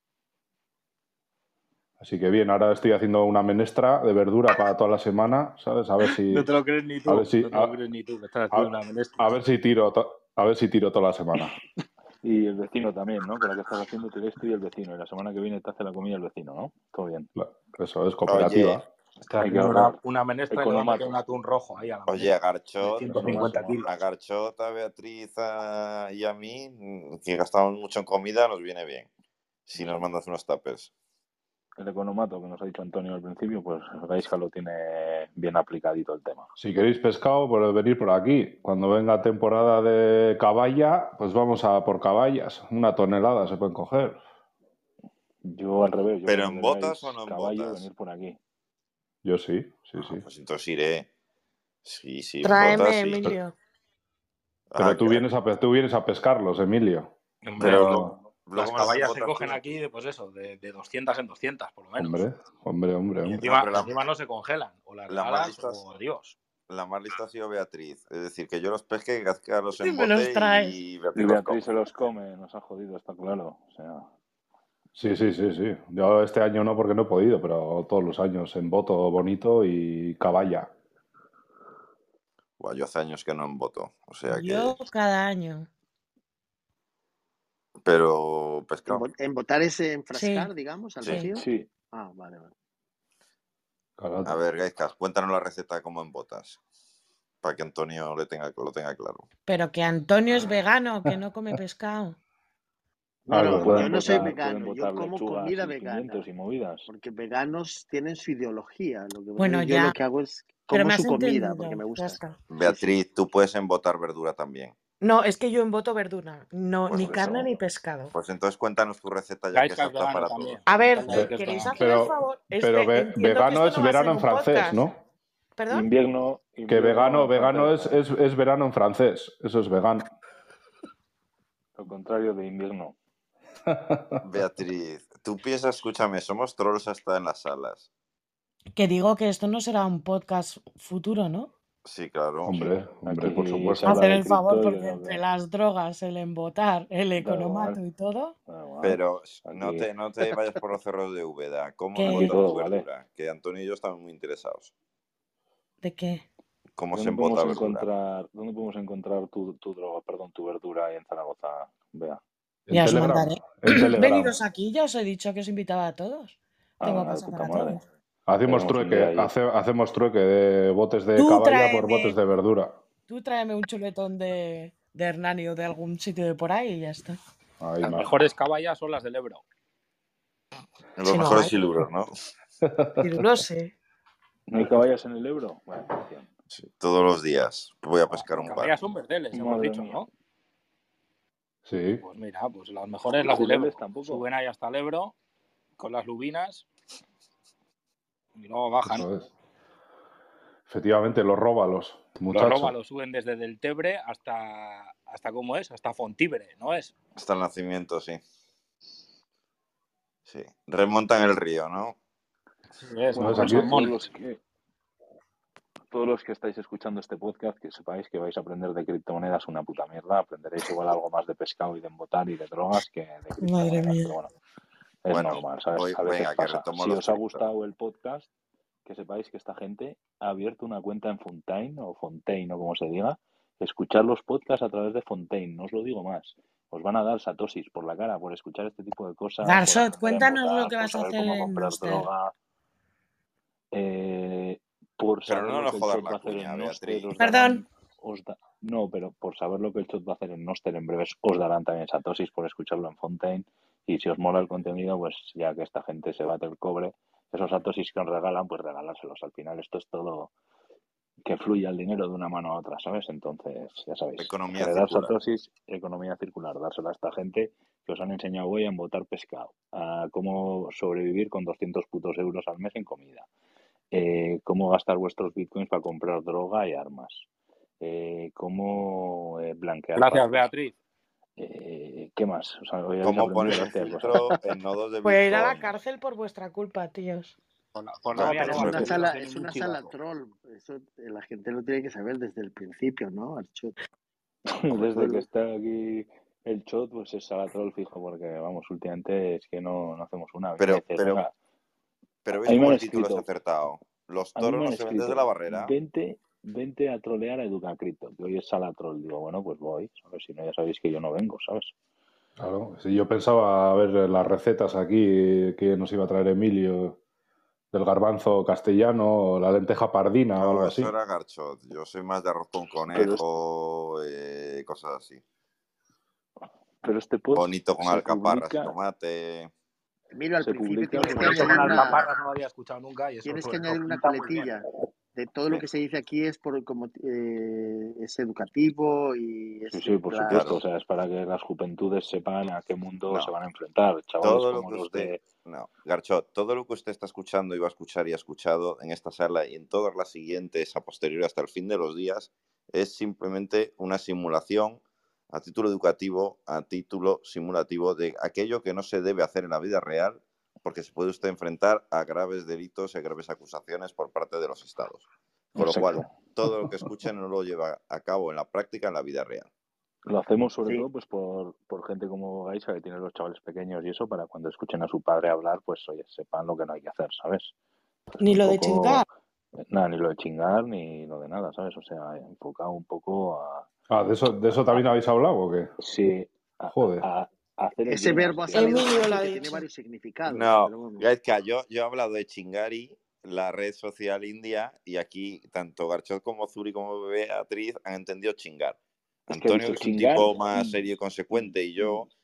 Así que bien, ahora estoy haciendo una menestra de verdura para toda la semana, ¿sabes? A ver si... No te lo crees ni tú. A ver si, no te lo a, crees ni tú que estás a, haciendo una menestra. a ver si tiro, to- a ver si tiro toda la semana. Y el vecino también, ¿no? Con la que estás haciendo te esto y el vecino. Y la semana que viene te hace la comida el vecino, ¿no? Todo bien. Eso es cooperativa. Oye, Estás Hay que haciendo una, ahorrar. una menestra y le va a meter Economato. un atún rojo ahí a la oye, a menestra. De Garchot, ciento cincuenta Economato. kilos. a Garchot, a Beatriz a- y a mí, mm, que gastamos mucho en comida, nos viene bien. Si nos mandas unos tuppers. El economato que nos ha dicho Antonio al principio, pues Gaisca lo tiene bien aplicadito el tema. Si queréis pescado, pues venir por aquí. Cuando venga temporada de caballa, pues vamos a por caballas. Una tonelada se pueden coger. Yo al revés, yo ¿Pero cuando en tengáis botas o no en caballo, botas? venir por aquí. Yo sí, sí, Ah, sí. pues entonces iré. Sí, sí, en Tráeme, botas sí. Emilio. Pero Ah, tú que- vienes, a, pe- tú vienes a pescarlos, Emilio. Hombre, Pero No, luego las me las caballas se embotas cogen tú. aquí de, pues eso, de, de doscientas en doscientas, por lo menos. hombre, hombre, hombre, Y hombre. encima, No, pero la- encima no se congelan. O las la más regalas lista- o adiós. La más lista ha sido Beatriz. Es decir, que yo los pesque, que Gazka los Y me los embote traes. y Y Beatriz los Beatriz come. se los come, nos ha jodido, está claro. O sea, Sí, sí, sí, sí. Yo este año no porque no he podido, pero todos los años en voto bonito y caballa. Buah, yo hace años que no emboto. O sea que. Yo cada año. Pero pescado. Embo- Embotar ese enfrascar, Sí, digamos, al Sí. vacío. sí, Ah, vale, vale. Carajo. A ver, Gaizkas, cuéntanos la receta de cómo embotas. Para que Antonio le tenga, lo tenga claro. pero que Antonio es vegano, que no come pescado. No, Ah, es no, verdad. yo Pueden no soy votar, pueden vegano, yo votar como lechugas comida y vegana, pimientos y movidas. porque veganos tienen su ideología. Lo que pasa Bueno, es que yo lo ya, que hago es pero como me su has comida, porque entendido. me Ya gusta. está. Sí, sí. Beatriz, tú puedes embotar verdura también. No, es que yo emboto verdura, no, Pues ni carne eso. ni pescado. Pues entonces cuéntanos tu receta ya que Gaisca es es apta vegano para también. todos. A ver, Contadle Ve- que es ¿queréis vegano. hacer el Pero, favor? pero Este, ve- entiendo que vegano esto es no va a ser verano en un francés, podcast. ¿no? ¿Perdón? Invierno, Que invierno vegano, en vegano francés, es, ¿no? es, es verano en francés. Eso es vegano. Lo contrario de invierno. Beatriz, tú piensas, escúchame, somos trolls hasta en las salas. Que digo que esto no será un podcast futuro, ¿no? Sí, claro. Hombre, hombre, Aquí por se supuesto. habla Hacer de el favor, cripto y porque de lo entre que... las drogas, el embotar, el Da economato igual, y todo, da igual. Pero no Aquí, te, no te vayas por los cerros de Úbeda. ¿Cómo ¿Qué? aquí embotas todo tu vale. verdura? Que Antonio y yo estamos muy interesados. ¿de qué? ¿Cómo se ¿Dónde embota podemos verdura? encontrar, dónde podemos encontrar tu, tu droga, perdón, tu verdura ahí en Zaragoza? Vea. En Ya os Telegram. mandaré. En Telegram. Veniros aquí, ya os he dicho que os invitaba a todos. Ah, Tengo venga, de casa puta para madre. todos. Hacemos Tenemos un día trueque, allí. hace- hacemos trueque de botes de Tú caballa por tráeme, botes de verdura. tú tráeme un chuletón de, de Hernani o de algún sitio de por ahí y ya está. Ahí Las más. mejores caballas son las del Ebro. Los Si no mejores hay, silubros, ¿no? si no lo sé. ¿No hay caballas en el Ebro? Vaya atención. Sí, todos los días voy a pescar Las un par. caballas son verdeles, hemos Madre dicho, mía. ¿no? Sí. Pues mira, pues las mejores ¿Y las del jureles Ebro. tampoco? Suben ahí hasta el Ebro con las lubinas y luego bajan. Eso es. Efectivamente, los róbalos, Los muchacho. róbalos suben desde Deltebre hasta, hasta ¿cómo es? Hasta Fontibre, ¿no es? Hasta el nacimiento, sí. Sí. Remontan el río, ¿no? Sí, es, No, como es los aquí. Todos salmones. los que todos los que estáis escuchando este podcast, que sepáis que vais a aprender de criptomonedas una puta mierda. Aprenderéis igual algo más de pescado y de embotar y de drogas que de Madre criptomonedas. mía. Pero bueno, es Bueno, normal, ¿sabes? voy, A veces venga, que pasa. retomo Si los os ha criptos. gustado el podcast, que sepáis que esta gente ha abierto una cuenta en Fontaine o Fontaine o como se diga. Escuchar los podcasts a través de Fontaine, no os lo digo más. Os van a dar satoshis por la cara por escuchar este tipo de cosas, por Garshot, aprender a cuéntanos lo embotar, que por vas a saber hacer cómo en comprar Noster. droga, eh, por Pero saber no lo nos que el jodas Chot va la a hacer cuña, en Noster, Beatriz. os darán, Perdón. os da- no, pero por saber lo que el Chot va a hacer en Noster en breves, os darán también satoshis por escucharlo en Fontaine. Y si os mola el contenido, pues ya que esta gente se bate el cobre, esos satoshis que os regalan, pues regalárselos. Al final esto es todo que fluya el dinero de una mano a otra, ¿sabes? Entonces, ya sabéis, Economía generar circular. satoshis, economía circular, dársela a esta gente que os han enseñado hoy a embotar pescado, a cómo sobrevivir con doscientos putos euros al mes en comida, eh, cómo gastar vuestros bitcoins para comprar droga y armas, eh, cómo eh, blanquear Gracias, pagos. Beatriz. Eh, ¿Qué más? O sea, hoy habéis ¿Cómo aprendido, poner un gracias filtro vosotros. en nodos de Voy a ir a la Bitcoin? cárcel por vuestra culpa, tíos. Por la, por la Ya, No, mía pero no, es hombre, una Archot, pero- sala, tiene es un una sala chivazo. troll. Eso eh, la gente lo tiene que saber desde el principio, ¿no? Archot. Desde que está aquí el Chot, pues es sala troll fijo, porque vamos, últimamente es que no, no hacemos una. A mí me Pero, dices, pero, venga, pero a ¿ves mí me cómo han el título es escrito, acertado? Los a mí toros me no han se ven desde la escrito, barrera. vente, vente a trolear a Educacripto, que hoy es sala troll. Digo, bueno, pues voy, ¿sabes? Si no, ya sabéis que yo no vengo, ¿sabes? Claro. Sí, yo pensaba a ver las recetas aquí que nos iba a traer Emilio del garbanzo castellano, la lenteja pardina o No, algo eso así. era garchot. Yo soy más de arroz con Pero, conejo, eh, cosas así. pero este post Bonito con se alcaparras y publica, tomate. Mira, al se principio publica tienes que Por eso añadir con una, alcaparras no lo había escuchado nunca y eso tienes que pues, añadir nos una pinta muy bien. coletilla. De todo lo que se dice aquí es por como eh, es educativo y sí, es sí, en por plan. supuesto, Claro. o sea, es para que las juventudes sepan a qué mundo se No. van a enfrentar. Chavales Todo lo como que los usted. de... No, Garchot, todo lo que usted está escuchando y va a escuchar y ha escuchado en esta sala y en todas las siguientes a posteriori hasta el fin de los días es simplemente una simulación a título educativo, a título simulativo de aquello que no se debe hacer en la vida real porque se puede usted enfrentar a graves delitos y a graves acusaciones por parte de los estados. Con lo cual, Exacto. todo lo que escuchen no lo lleva a cabo en la práctica en la vida real. Lo hacemos sobre Sí. todo pues por, por gente como Gaisa, que tiene los chavales pequeños y eso, para cuando escuchen a su padre hablar, pues oye, sepan lo que no hay que hacer, ¿sabes? Pues Ni un lo de poco, chingar. nada, ni lo de chingar, ni lo de nada, ¿sabes? O sea, enfocado un poco a, Ah, ¿de eso, de eso también habéis hablado o qué? sí, a, Joder. a- a hacer el Ese bien a la verbo ha sociedad. salido Emilio tanto lo ha que tiene dicho. varios significados. No, Pero bueno. Gaitka, yo, yo he hablado de Chingari, la red social india, y aquí tanto Garchot como Zuri como Beatriz han entendido chingar. Es que ha Antonio, dicho que es un chingar tipo más y, serio y consecuente, y yo,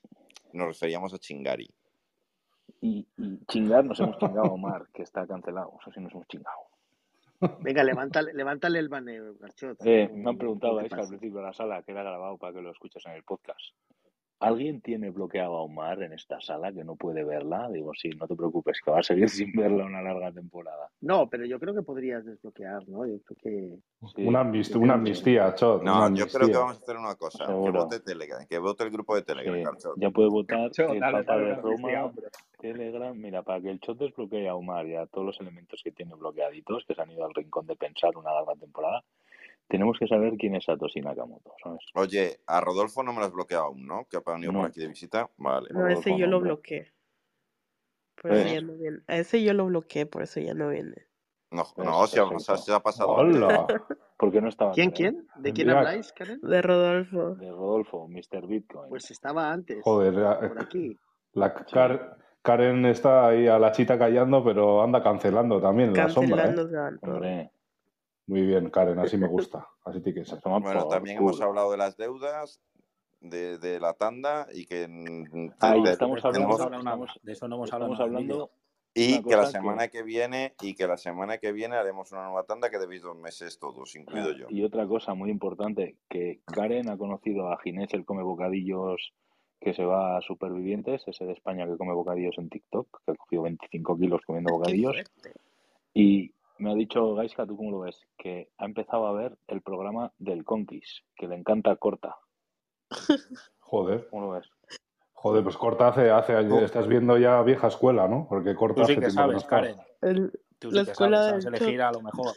nos referíamos a Chingari. Y, y chingar nos hemos chingado a Omar, que está cancelado. Eso sí nos hemos chingado. Venga, levántale, levántale el baneo, Garchot. Eh, No- me han preguntado, no te Gaisca, al pases. principio de la sala, que era grabado para que lo escuches en el podcast. ¿Alguien tiene bloqueado a Omar en esta sala que no puede verla? Digo, sí, no te preocupes, que va a seguir sin verla una larga temporada. No, pero yo creo que podrías desbloquear, ¿no? Yo creo que... Sí, Una, yo amnistía, creo una que- amnistía, Chot. una No, yo amnistía. creo que vamos a hacer una cosa. Que Seguro. vote Telegram, que vote el grupo de Telegram, Sí, Garchot. ya puede votar Cho, el dale, Papa dale de una amnistía, Roma, hombre. Telegram. Mira, para que el Chot desbloquee a Omar y a todos los elementos que tiene bloqueaditos, que se han ido al rincón de pensar una larga temporada, tenemos que saber quién es Satoshi Nakamoto, ¿sabes? Oye, a Rodolfo no me lo has bloqueado aún, ¿no? Que ha venido por No. aquí de visita. Vale. No, ese Rodolfo, yo lo hombre. bloqueé. Por eso Eh. ya no viene. A ese yo lo bloqueé, por eso ya no viene. No, Pues no, se ha, perfecto. se ha pasado antes. ¡Hola! ¿Por qué no estaba ¿Quién, Karen? quién? ¿De quién Mira. habláis, Karen? De Rodolfo. De Rodolfo, mister Bitcoin. Pues estaba antes, Joder, eh, por aquí. la Car- Karen está ahí a la chita callando, pero anda cancelando también en la sombra, ¿eh? Cancelando se van todos. Hombre, Muy bien, Karen, así me gusta. Así tiene que ser. nos toman Bueno, por también culo. hemos hablado de las deudas, de, de la tanda y que... mm, Ahí te- estamos te- hablando, No hemos tenemos- hablado nada. estamos- De eso no hemos hablado estamos nada. Emilio. hablando y una que la cosa semana que- que... viene y que la semana que viene haremos una nueva tanda que debéis dos meses todos, incluido Ah, yo. y otra cosa muy importante, que Karen ha conocido a Ginés, el come bocadillos que se va a Supervivientes, ese de España que come bocadillos en TikTok, que ha cogido veinticinco kilos comiendo Qué bocadillos. fuerte. Y me ha dicho, Gaisca, ¿tú cómo lo ves? Que ha empezado a ver el programa del Conquis, que le encanta Corta. Joder, ¿Cómo lo ves? joder, pues Corta hace, hace años. Estás viendo ya vieja escuela, ¿no? Porque Corta Tú sí hace que tiempo que no sabes, está. Karen. El- Tú La sí que escuela sabes, sabes del elegir Chot. a lo mejor.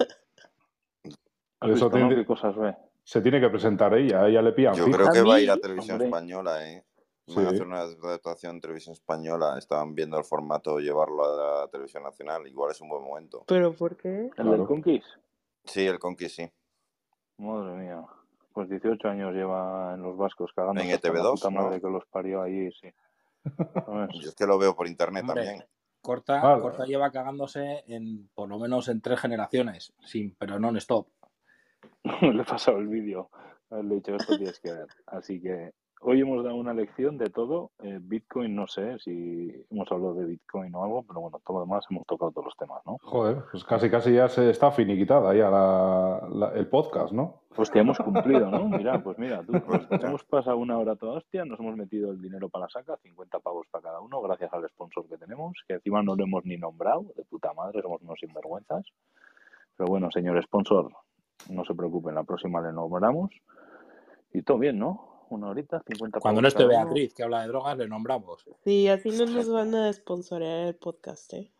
¿Has Eso visto, no? tiene- ¿Qué cosas ve? Se tiene que presentar ella, a ella le pillan Yo fijo. creo A que va a ir a mí- Televisión Hombre. Española, ¿eh? Sí. Van a hacer una adaptación en Televisión Española. Estaban viendo el formato, llevarlo a la Televisión Nacional. Igual es un buen momento. ¿Pero por qué? ¿El Claro. del Conquis? Sí, el Conquist, sí. Madre mía. Pues dieciocho años lleva en los vascos cagando En hasta E T V la dos, puta madre ¿no? que los parió allí, sí. ¿Sabes? Yo es que lo veo por internet Hombre, también. Corta, Vale. Corta lleva cagándose en por lo menos en tres generaciones, sin, pero non-stop. Le he pasado el vídeo. Le he dicho, esto tienes que ver. Así que hoy hemos dado una lección de todo. Eh, Bitcoin, no sé si hemos hablado de Bitcoin o algo, pero bueno, todo lo demás hemos tocado todos los temas, ¿no? Joder, pues casi casi ya se está finiquitada ya la, la- el podcast, ¿no? Hostia, hemos cumplido, ¿no? Mira, pues mira, tú, Pues nos ya. hemos pasado una hora toda hostia, nos hemos metido el dinero para la saca, cincuenta pavos para cada uno, gracias al sponsor que tenemos, que encima no lo hemos ni nombrado, de puta madre, somos unos sinvergüenzas. Pero bueno, señor sponsor, no se preocupen, la próxima le nombramos. Y todo bien, ¿no? Una horita, cincuenta Cuando pavos no esté cada uno. Beatriz, que habla de drogas, le nombramos. Sí, así no nos van a sponsorear el podcast, ¿eh?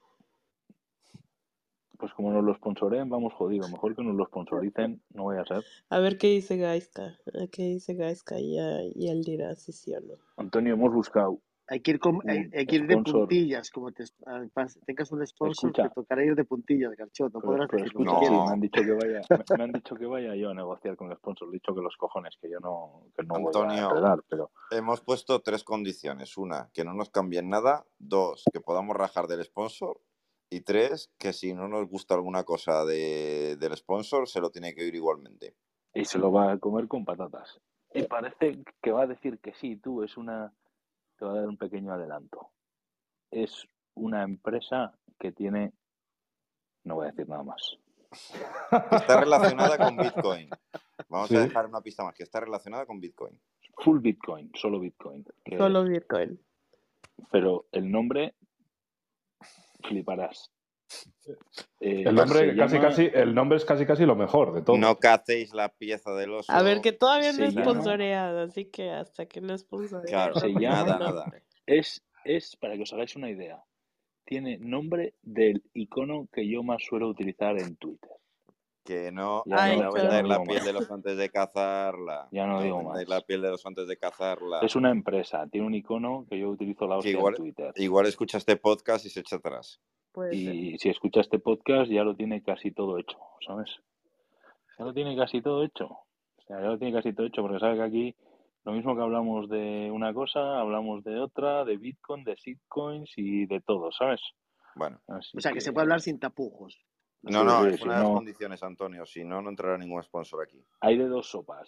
Pues como nos lo sponsoren, vamos jodidos. Mejor que nos lo sponsoricen, no vaya a ser. A ver qué dice Gaisca. A ver qué dice Gaisca y, ya- y él dirá si sí o no. Antonio, hemos buscado. Hay que ir, con- hay, Un hay que ir de sponsor. puntillas, como te, ah, pas- tengas un sponsor, Escucha. te tocará ir de puntillas, Garchot, no Pero, podrás pero decir lo que escucha, No. sí, quieras. me han dicho que vaya, me, me han dicho que vaya yo a negociar con el sponsor. Le he dicho que los cojones, que yo no, que no voy a Antonio. enredar, pero Hemos puesto tres condiciones. Una, que no nos cambien nada. Dos, que podamos rajar del sponsor. Y tres, que si no nos gusta alguna cosa de, del sponsor, se lo tiene que ir igualmente. y se lo va a comer con patatas. Y parece que va a decir que sí, tú, es una... Te va a dar un pequeño adelanto. Es una empresa que tiene... No voy a decir nada más. Que está relacionada con Bitcoin. Vamos Sí. a dejar una pista más, que está relacionada con Bitcoin. Full Bitcoin, solo Bitcoin. que- Solo Bitcoin. Pero el nombre... Fliparás. Eh, El nombre, se casi, llama- casi, el nombre es casi casi lo mejor de todo. No cacéis la pieza del oso. A ver, que todavía no Se es llama- sponsoreado, así que hasta que no es sponsoreado. Claro, no se pongas llama- el nada, nombre. Es, es, para que os hagáis una idea, tiene nombre del icono que yo más suelo utilizar en Twitter. Que no, Ya Ay, no no, vendáis no la digo piel más. de los antes de cazarla. Ya no digo vendáis más. la piel de los antes de cazarla. Es una empresa, tiene un icono que yo utilizo la Que hostia igual, en Twitter. igual escucha este podcast y se echa atrás. Puede ser. Y si escucha este podcast ya lo tiene casi todo hecho, ¿sabes? Ya lo tiene casi todo hecho. O sea, ya lo tiene casi todo hecho porque sabe que aquí lo mismo que hablamos de una cosa, hablamos de otra, de Bitcoin, de shitcoins y de todo, ¿sabes? Bueno, Así O sea, que se puede hablar sin tapujos. no, Sí, no, sí, es sí, una de las no. condiciones, Antonio. Si no, no entrará ningún sponsor aquí. Hay de dos sopas.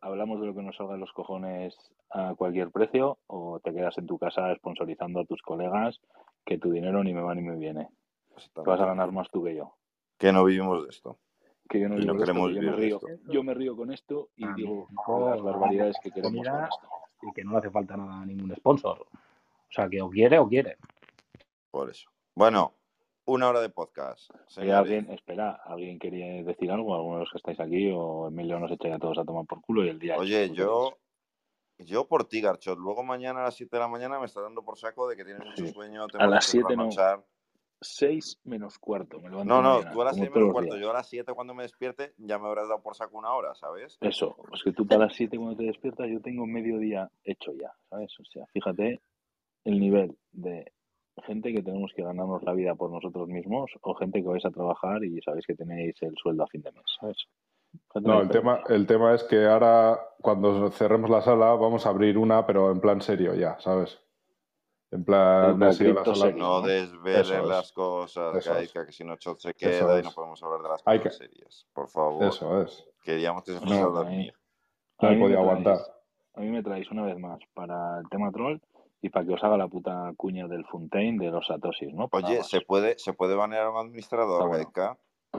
hablamos de lo que nos salga de los cojones a cualquier precio o te quedas en tu casa sponsorizando a tus colegas que tu dinero ni me va ni me viene. Te vas a ganar más tú que yo. Que no vivimos de esto. Que yo no Y vivo no de esto, queremos que yo me vivir de río. esto. Yo me río con esto y A digo México las barbaridades que queremos con comida esto. y que no le hace falta nada a ningún sponsor. O sea, que o quiere o quiere. Por eso. Bueno, una hora de podcast. Oye, Señores, alguien, espera, ¿alguien quería decir algo? ¿Alguno de los que estáis aquí? O Emilio nos echa ya todos a tomar por culo y el día oye, hecho, ¿qué yo, yo por ti, Garchot. Luego mañana a las siete de la mañana me está dando por saco de que tienes mucho queréis? Sí. sueño, te A las molestas siete no, trasnochar. seis menos cuarto, me levanto No, no, mañana, tú a las como seis todos menos los cuarto, días. yo a las siete cuando me despierte ya me habrás dado por saco una hora, ¿sabes? Eso, es que tú para las siete cuando te despiertas yo tengo medio día hecho ya, ¿sabes? O sea, fíjate el nivel de gente que tenemos que ganarnos la vida por nosotros mismos o gente que vais a trabajar y sabéis que tenéis el sueldo a fin de mes, ¿sabes? Fíjate la No, el tema, diferencia. el tema es que ahora, cuando cerremos la sala, vamos a abrir una, pero en plan serio ya, ¿sabes? En plan, Educa ha sido la cripto sala. serio, No ¿no? desveles Eso las es, cosas, eso es, Gaizka, que si no Chot se eso queda y no es. podemos hablar de las Hay cosas que, serias. Por favor, eso es. queríamos que se fuese No, a a mí, dormir. No a me mí me podía traéis, aguantar. a mí me traéis una vez más para el tema troll y para que os haga la puta cuña del Fontaine de los satosis, ¿no? Pues nada Oye, más. ¿se puede, ¿se puede banear a un Está administrador, bueno. Gaizka?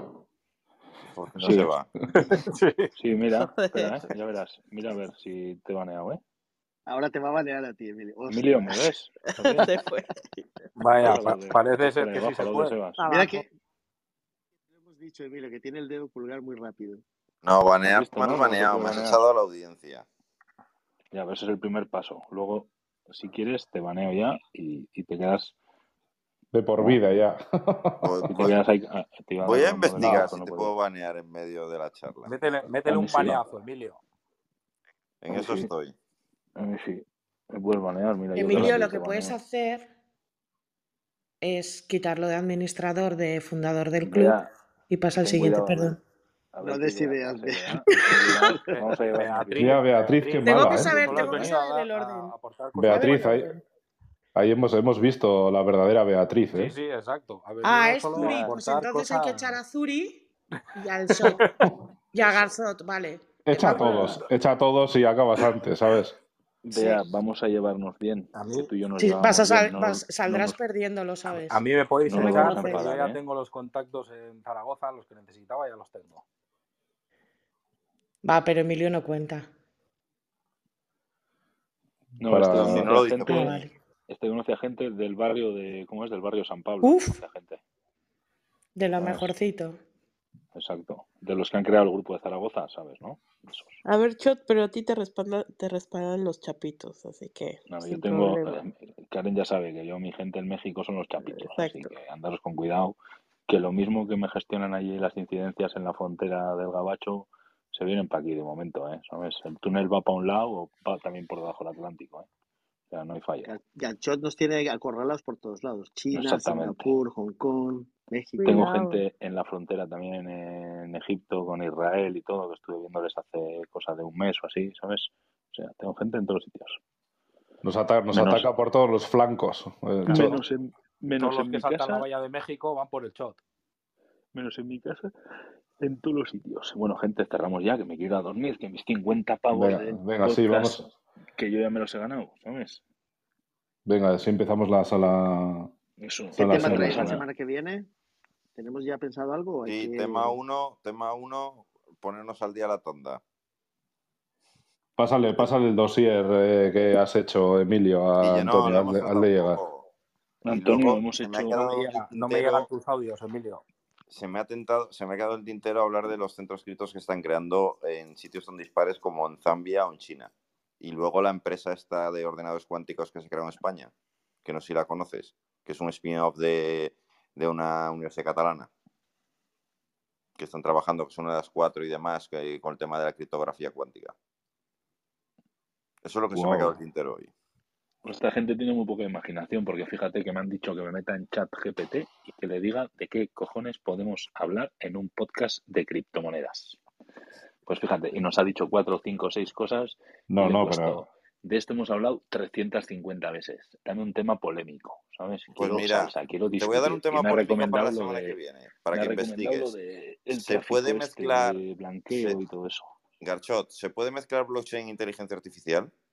Porque no Sí, se va. Sí. sí, mira, Joder. espera, ¿eh? Ya verás. Mira a ver si te he baneado, ¿eh? Ahora te va a banear a ti, Emilio. Emilio, ¿me Ostras. ves? ¿Estás bien? Se fue. Vaya, Bájalo pa- de- parece ser por ahí que sí se abajo, ¿dónde puede. se vas? Mira Abajo. que lo hemos dicho, Emilio, que tiene el dedo pulgar muy rápido. No, ¿Has banear visto, me has no? Cómo se baneado, puede me has banear. echado a la audiencia. Ya, pero ese es el primer paso. Luego, si quieres, te baneo ya y, y te quedas, De por ¿no? vida ya. Voy, Y te voy- quedas ahí ah, activado voy a hablando del investigar trabajo, si no te puedo puedo ir. banear en medio de la charla. Métele, métele A mí un sí. baneazo, Emilio. En A mí eso sí. estoy. A mí sí. Me puedes banear, mira, yo Emilio, delante lo te que puedes baneo. hacer es quitarlo de administrador, de fundador del club Vea, y pasa al ten siguiente, cuidado, a ver, perdón. a ver No qué des idea ideas, das, Bea. eh, Bea. Ten cuidado, Be- vamos a llevarnos Beatriz, bien. Mira, Beatriz, qué Beatriz, Tengo mala, que ¿eh? saber, solo has tengo que venido a, saber el dar- orden. a aportar cosas Saber Beatriz, el ahí, orden. ahí hemos, hemos visto la verdadera Beatriz, Sí, ¿eh? sí, exacto. Ha Ah, venido es solo a Zuri. Pues aportar entonces hay que echar a cosas. Zuri y al Shot. Y a Eso. Garzot, vale. Echa Va a por todos, orden. echa a todos y acabas antes, ¿sabes? Vea, Sí. vamos a llevarnos bien, A que mí, tú y yo nos Sí, vas a llevamos bien. sal- No, vas- nos- no saldrás nos, perdiendo, lo a, sabes. a mí me podéis no me nos vamos a echar, pero yo conoces. enfadar, ya ¿eh? tengo los contactos en Zaragoza, los que necesitaba ya los tengo. Va, pero Emilio no cuenta. No, este Si Para... no conoce lo a dice Ah, por gente, mí. vale. este conoce a gente del barrio de, ¿cómo es? Del barrio San Pablo, Uf, conoce a gente, de lo ¿sabes? mejorcito. Exacto. De los que han creado el grupo de Zaragoza, ¿sabes, no? Esos. A ver, Chot, pero a ti te respalda, te respaldan los chapitos, así que No, yo sin tengo, problema. eh, Karen ya sabe que yo, mi gente en México son los chapitos, así Exacto. que andaros con cuidado, que lo mismo que me gestionan allí las incidencias en la frontera del Gabacho, se vienen para aquí de momento, ¿eh? ¿Sabes? El túnel va para un lado o va también por debajo del Atlántico, ¿eh? O sea, no hay falla. Ga- Gachot nos tiene acorralados por todos lados. China, Exactamente. Singapur, Hong Kong, México. Tengo Cuidado. gente en la frontera también en Egipto con Israel y todo, que estuve viéndoles hace cosa de un mes o así, ¿sabes? O sea, tengo gente en todos sitios. Nos, ata- nos Menos, ataca por todos los flancos. El Chot. menos en, Todos menos los en que mi saltan la casa, valla de México van por el shot. menos en mi casa, en todos los sitios. Bueno, gente, cerramos ya, que me quiero ir a dormir, que mis cincuenta pavos Venga, del venga, sí, podcast, vamos. que yo ya me los he ganado, ¿sabes? Venga, si empezamos la sala, Eso, ¿Qué sala tema seria. traéis la semana. semana que viene? ¿Tenemos ya pensado algo? o Hay Sí, que... tema uno, tema uno, ponernos al día la tonda. Pásale, pásale el dossier eh, que has hecho, Emilio, a Y yo no, Antonio, lo al hemos de, al tratado de un llegar. poco. Y Antonio, luego hemos se me ha hecho... No me, quedado el llega, no me llegan tintero, tus audios, Emilio. se me ha tentado, se me ha quedado el tintero hablar de los centros criptos que están creando en sitios tan dispares como en Zambia o en China. Y luego la empresa esta de ordenadores cuánticos que se creó en España, que no sé si la conoces, que es un spin-off de, de una universidad catalana, que están trabajando, que son una de las cuatro y demás, que, con el tema de la criptografía cuántica. Eso es lo que se me ha quedado el Wow. tintero hoy. Esta gente tiene muy poca imaginación, porque fíjate que me han dicho que me meta en chat G P T y que le diga de qué cojones podemos hablar en un podcast de criptomonedas. Pues fíjate, y nos ha dicho cuatro, cinco, seis cosas y No, le he no, puesto, pero de esto hemos hablado trescientas cincuenta veces. Dame un tema polémico, ¿sabes? Pues Quiero mira, salsa, quiero te voy a dar un discutir. Y tema me ha polémico para recomendado la lo semana que de, viene, para me ha que recomendado lo investigues. de el Se tráfico puede este mezclar, de se, blanqueo y todo eso. Garchot, ¿se puede mezclar blockchain e inteligencia artificial?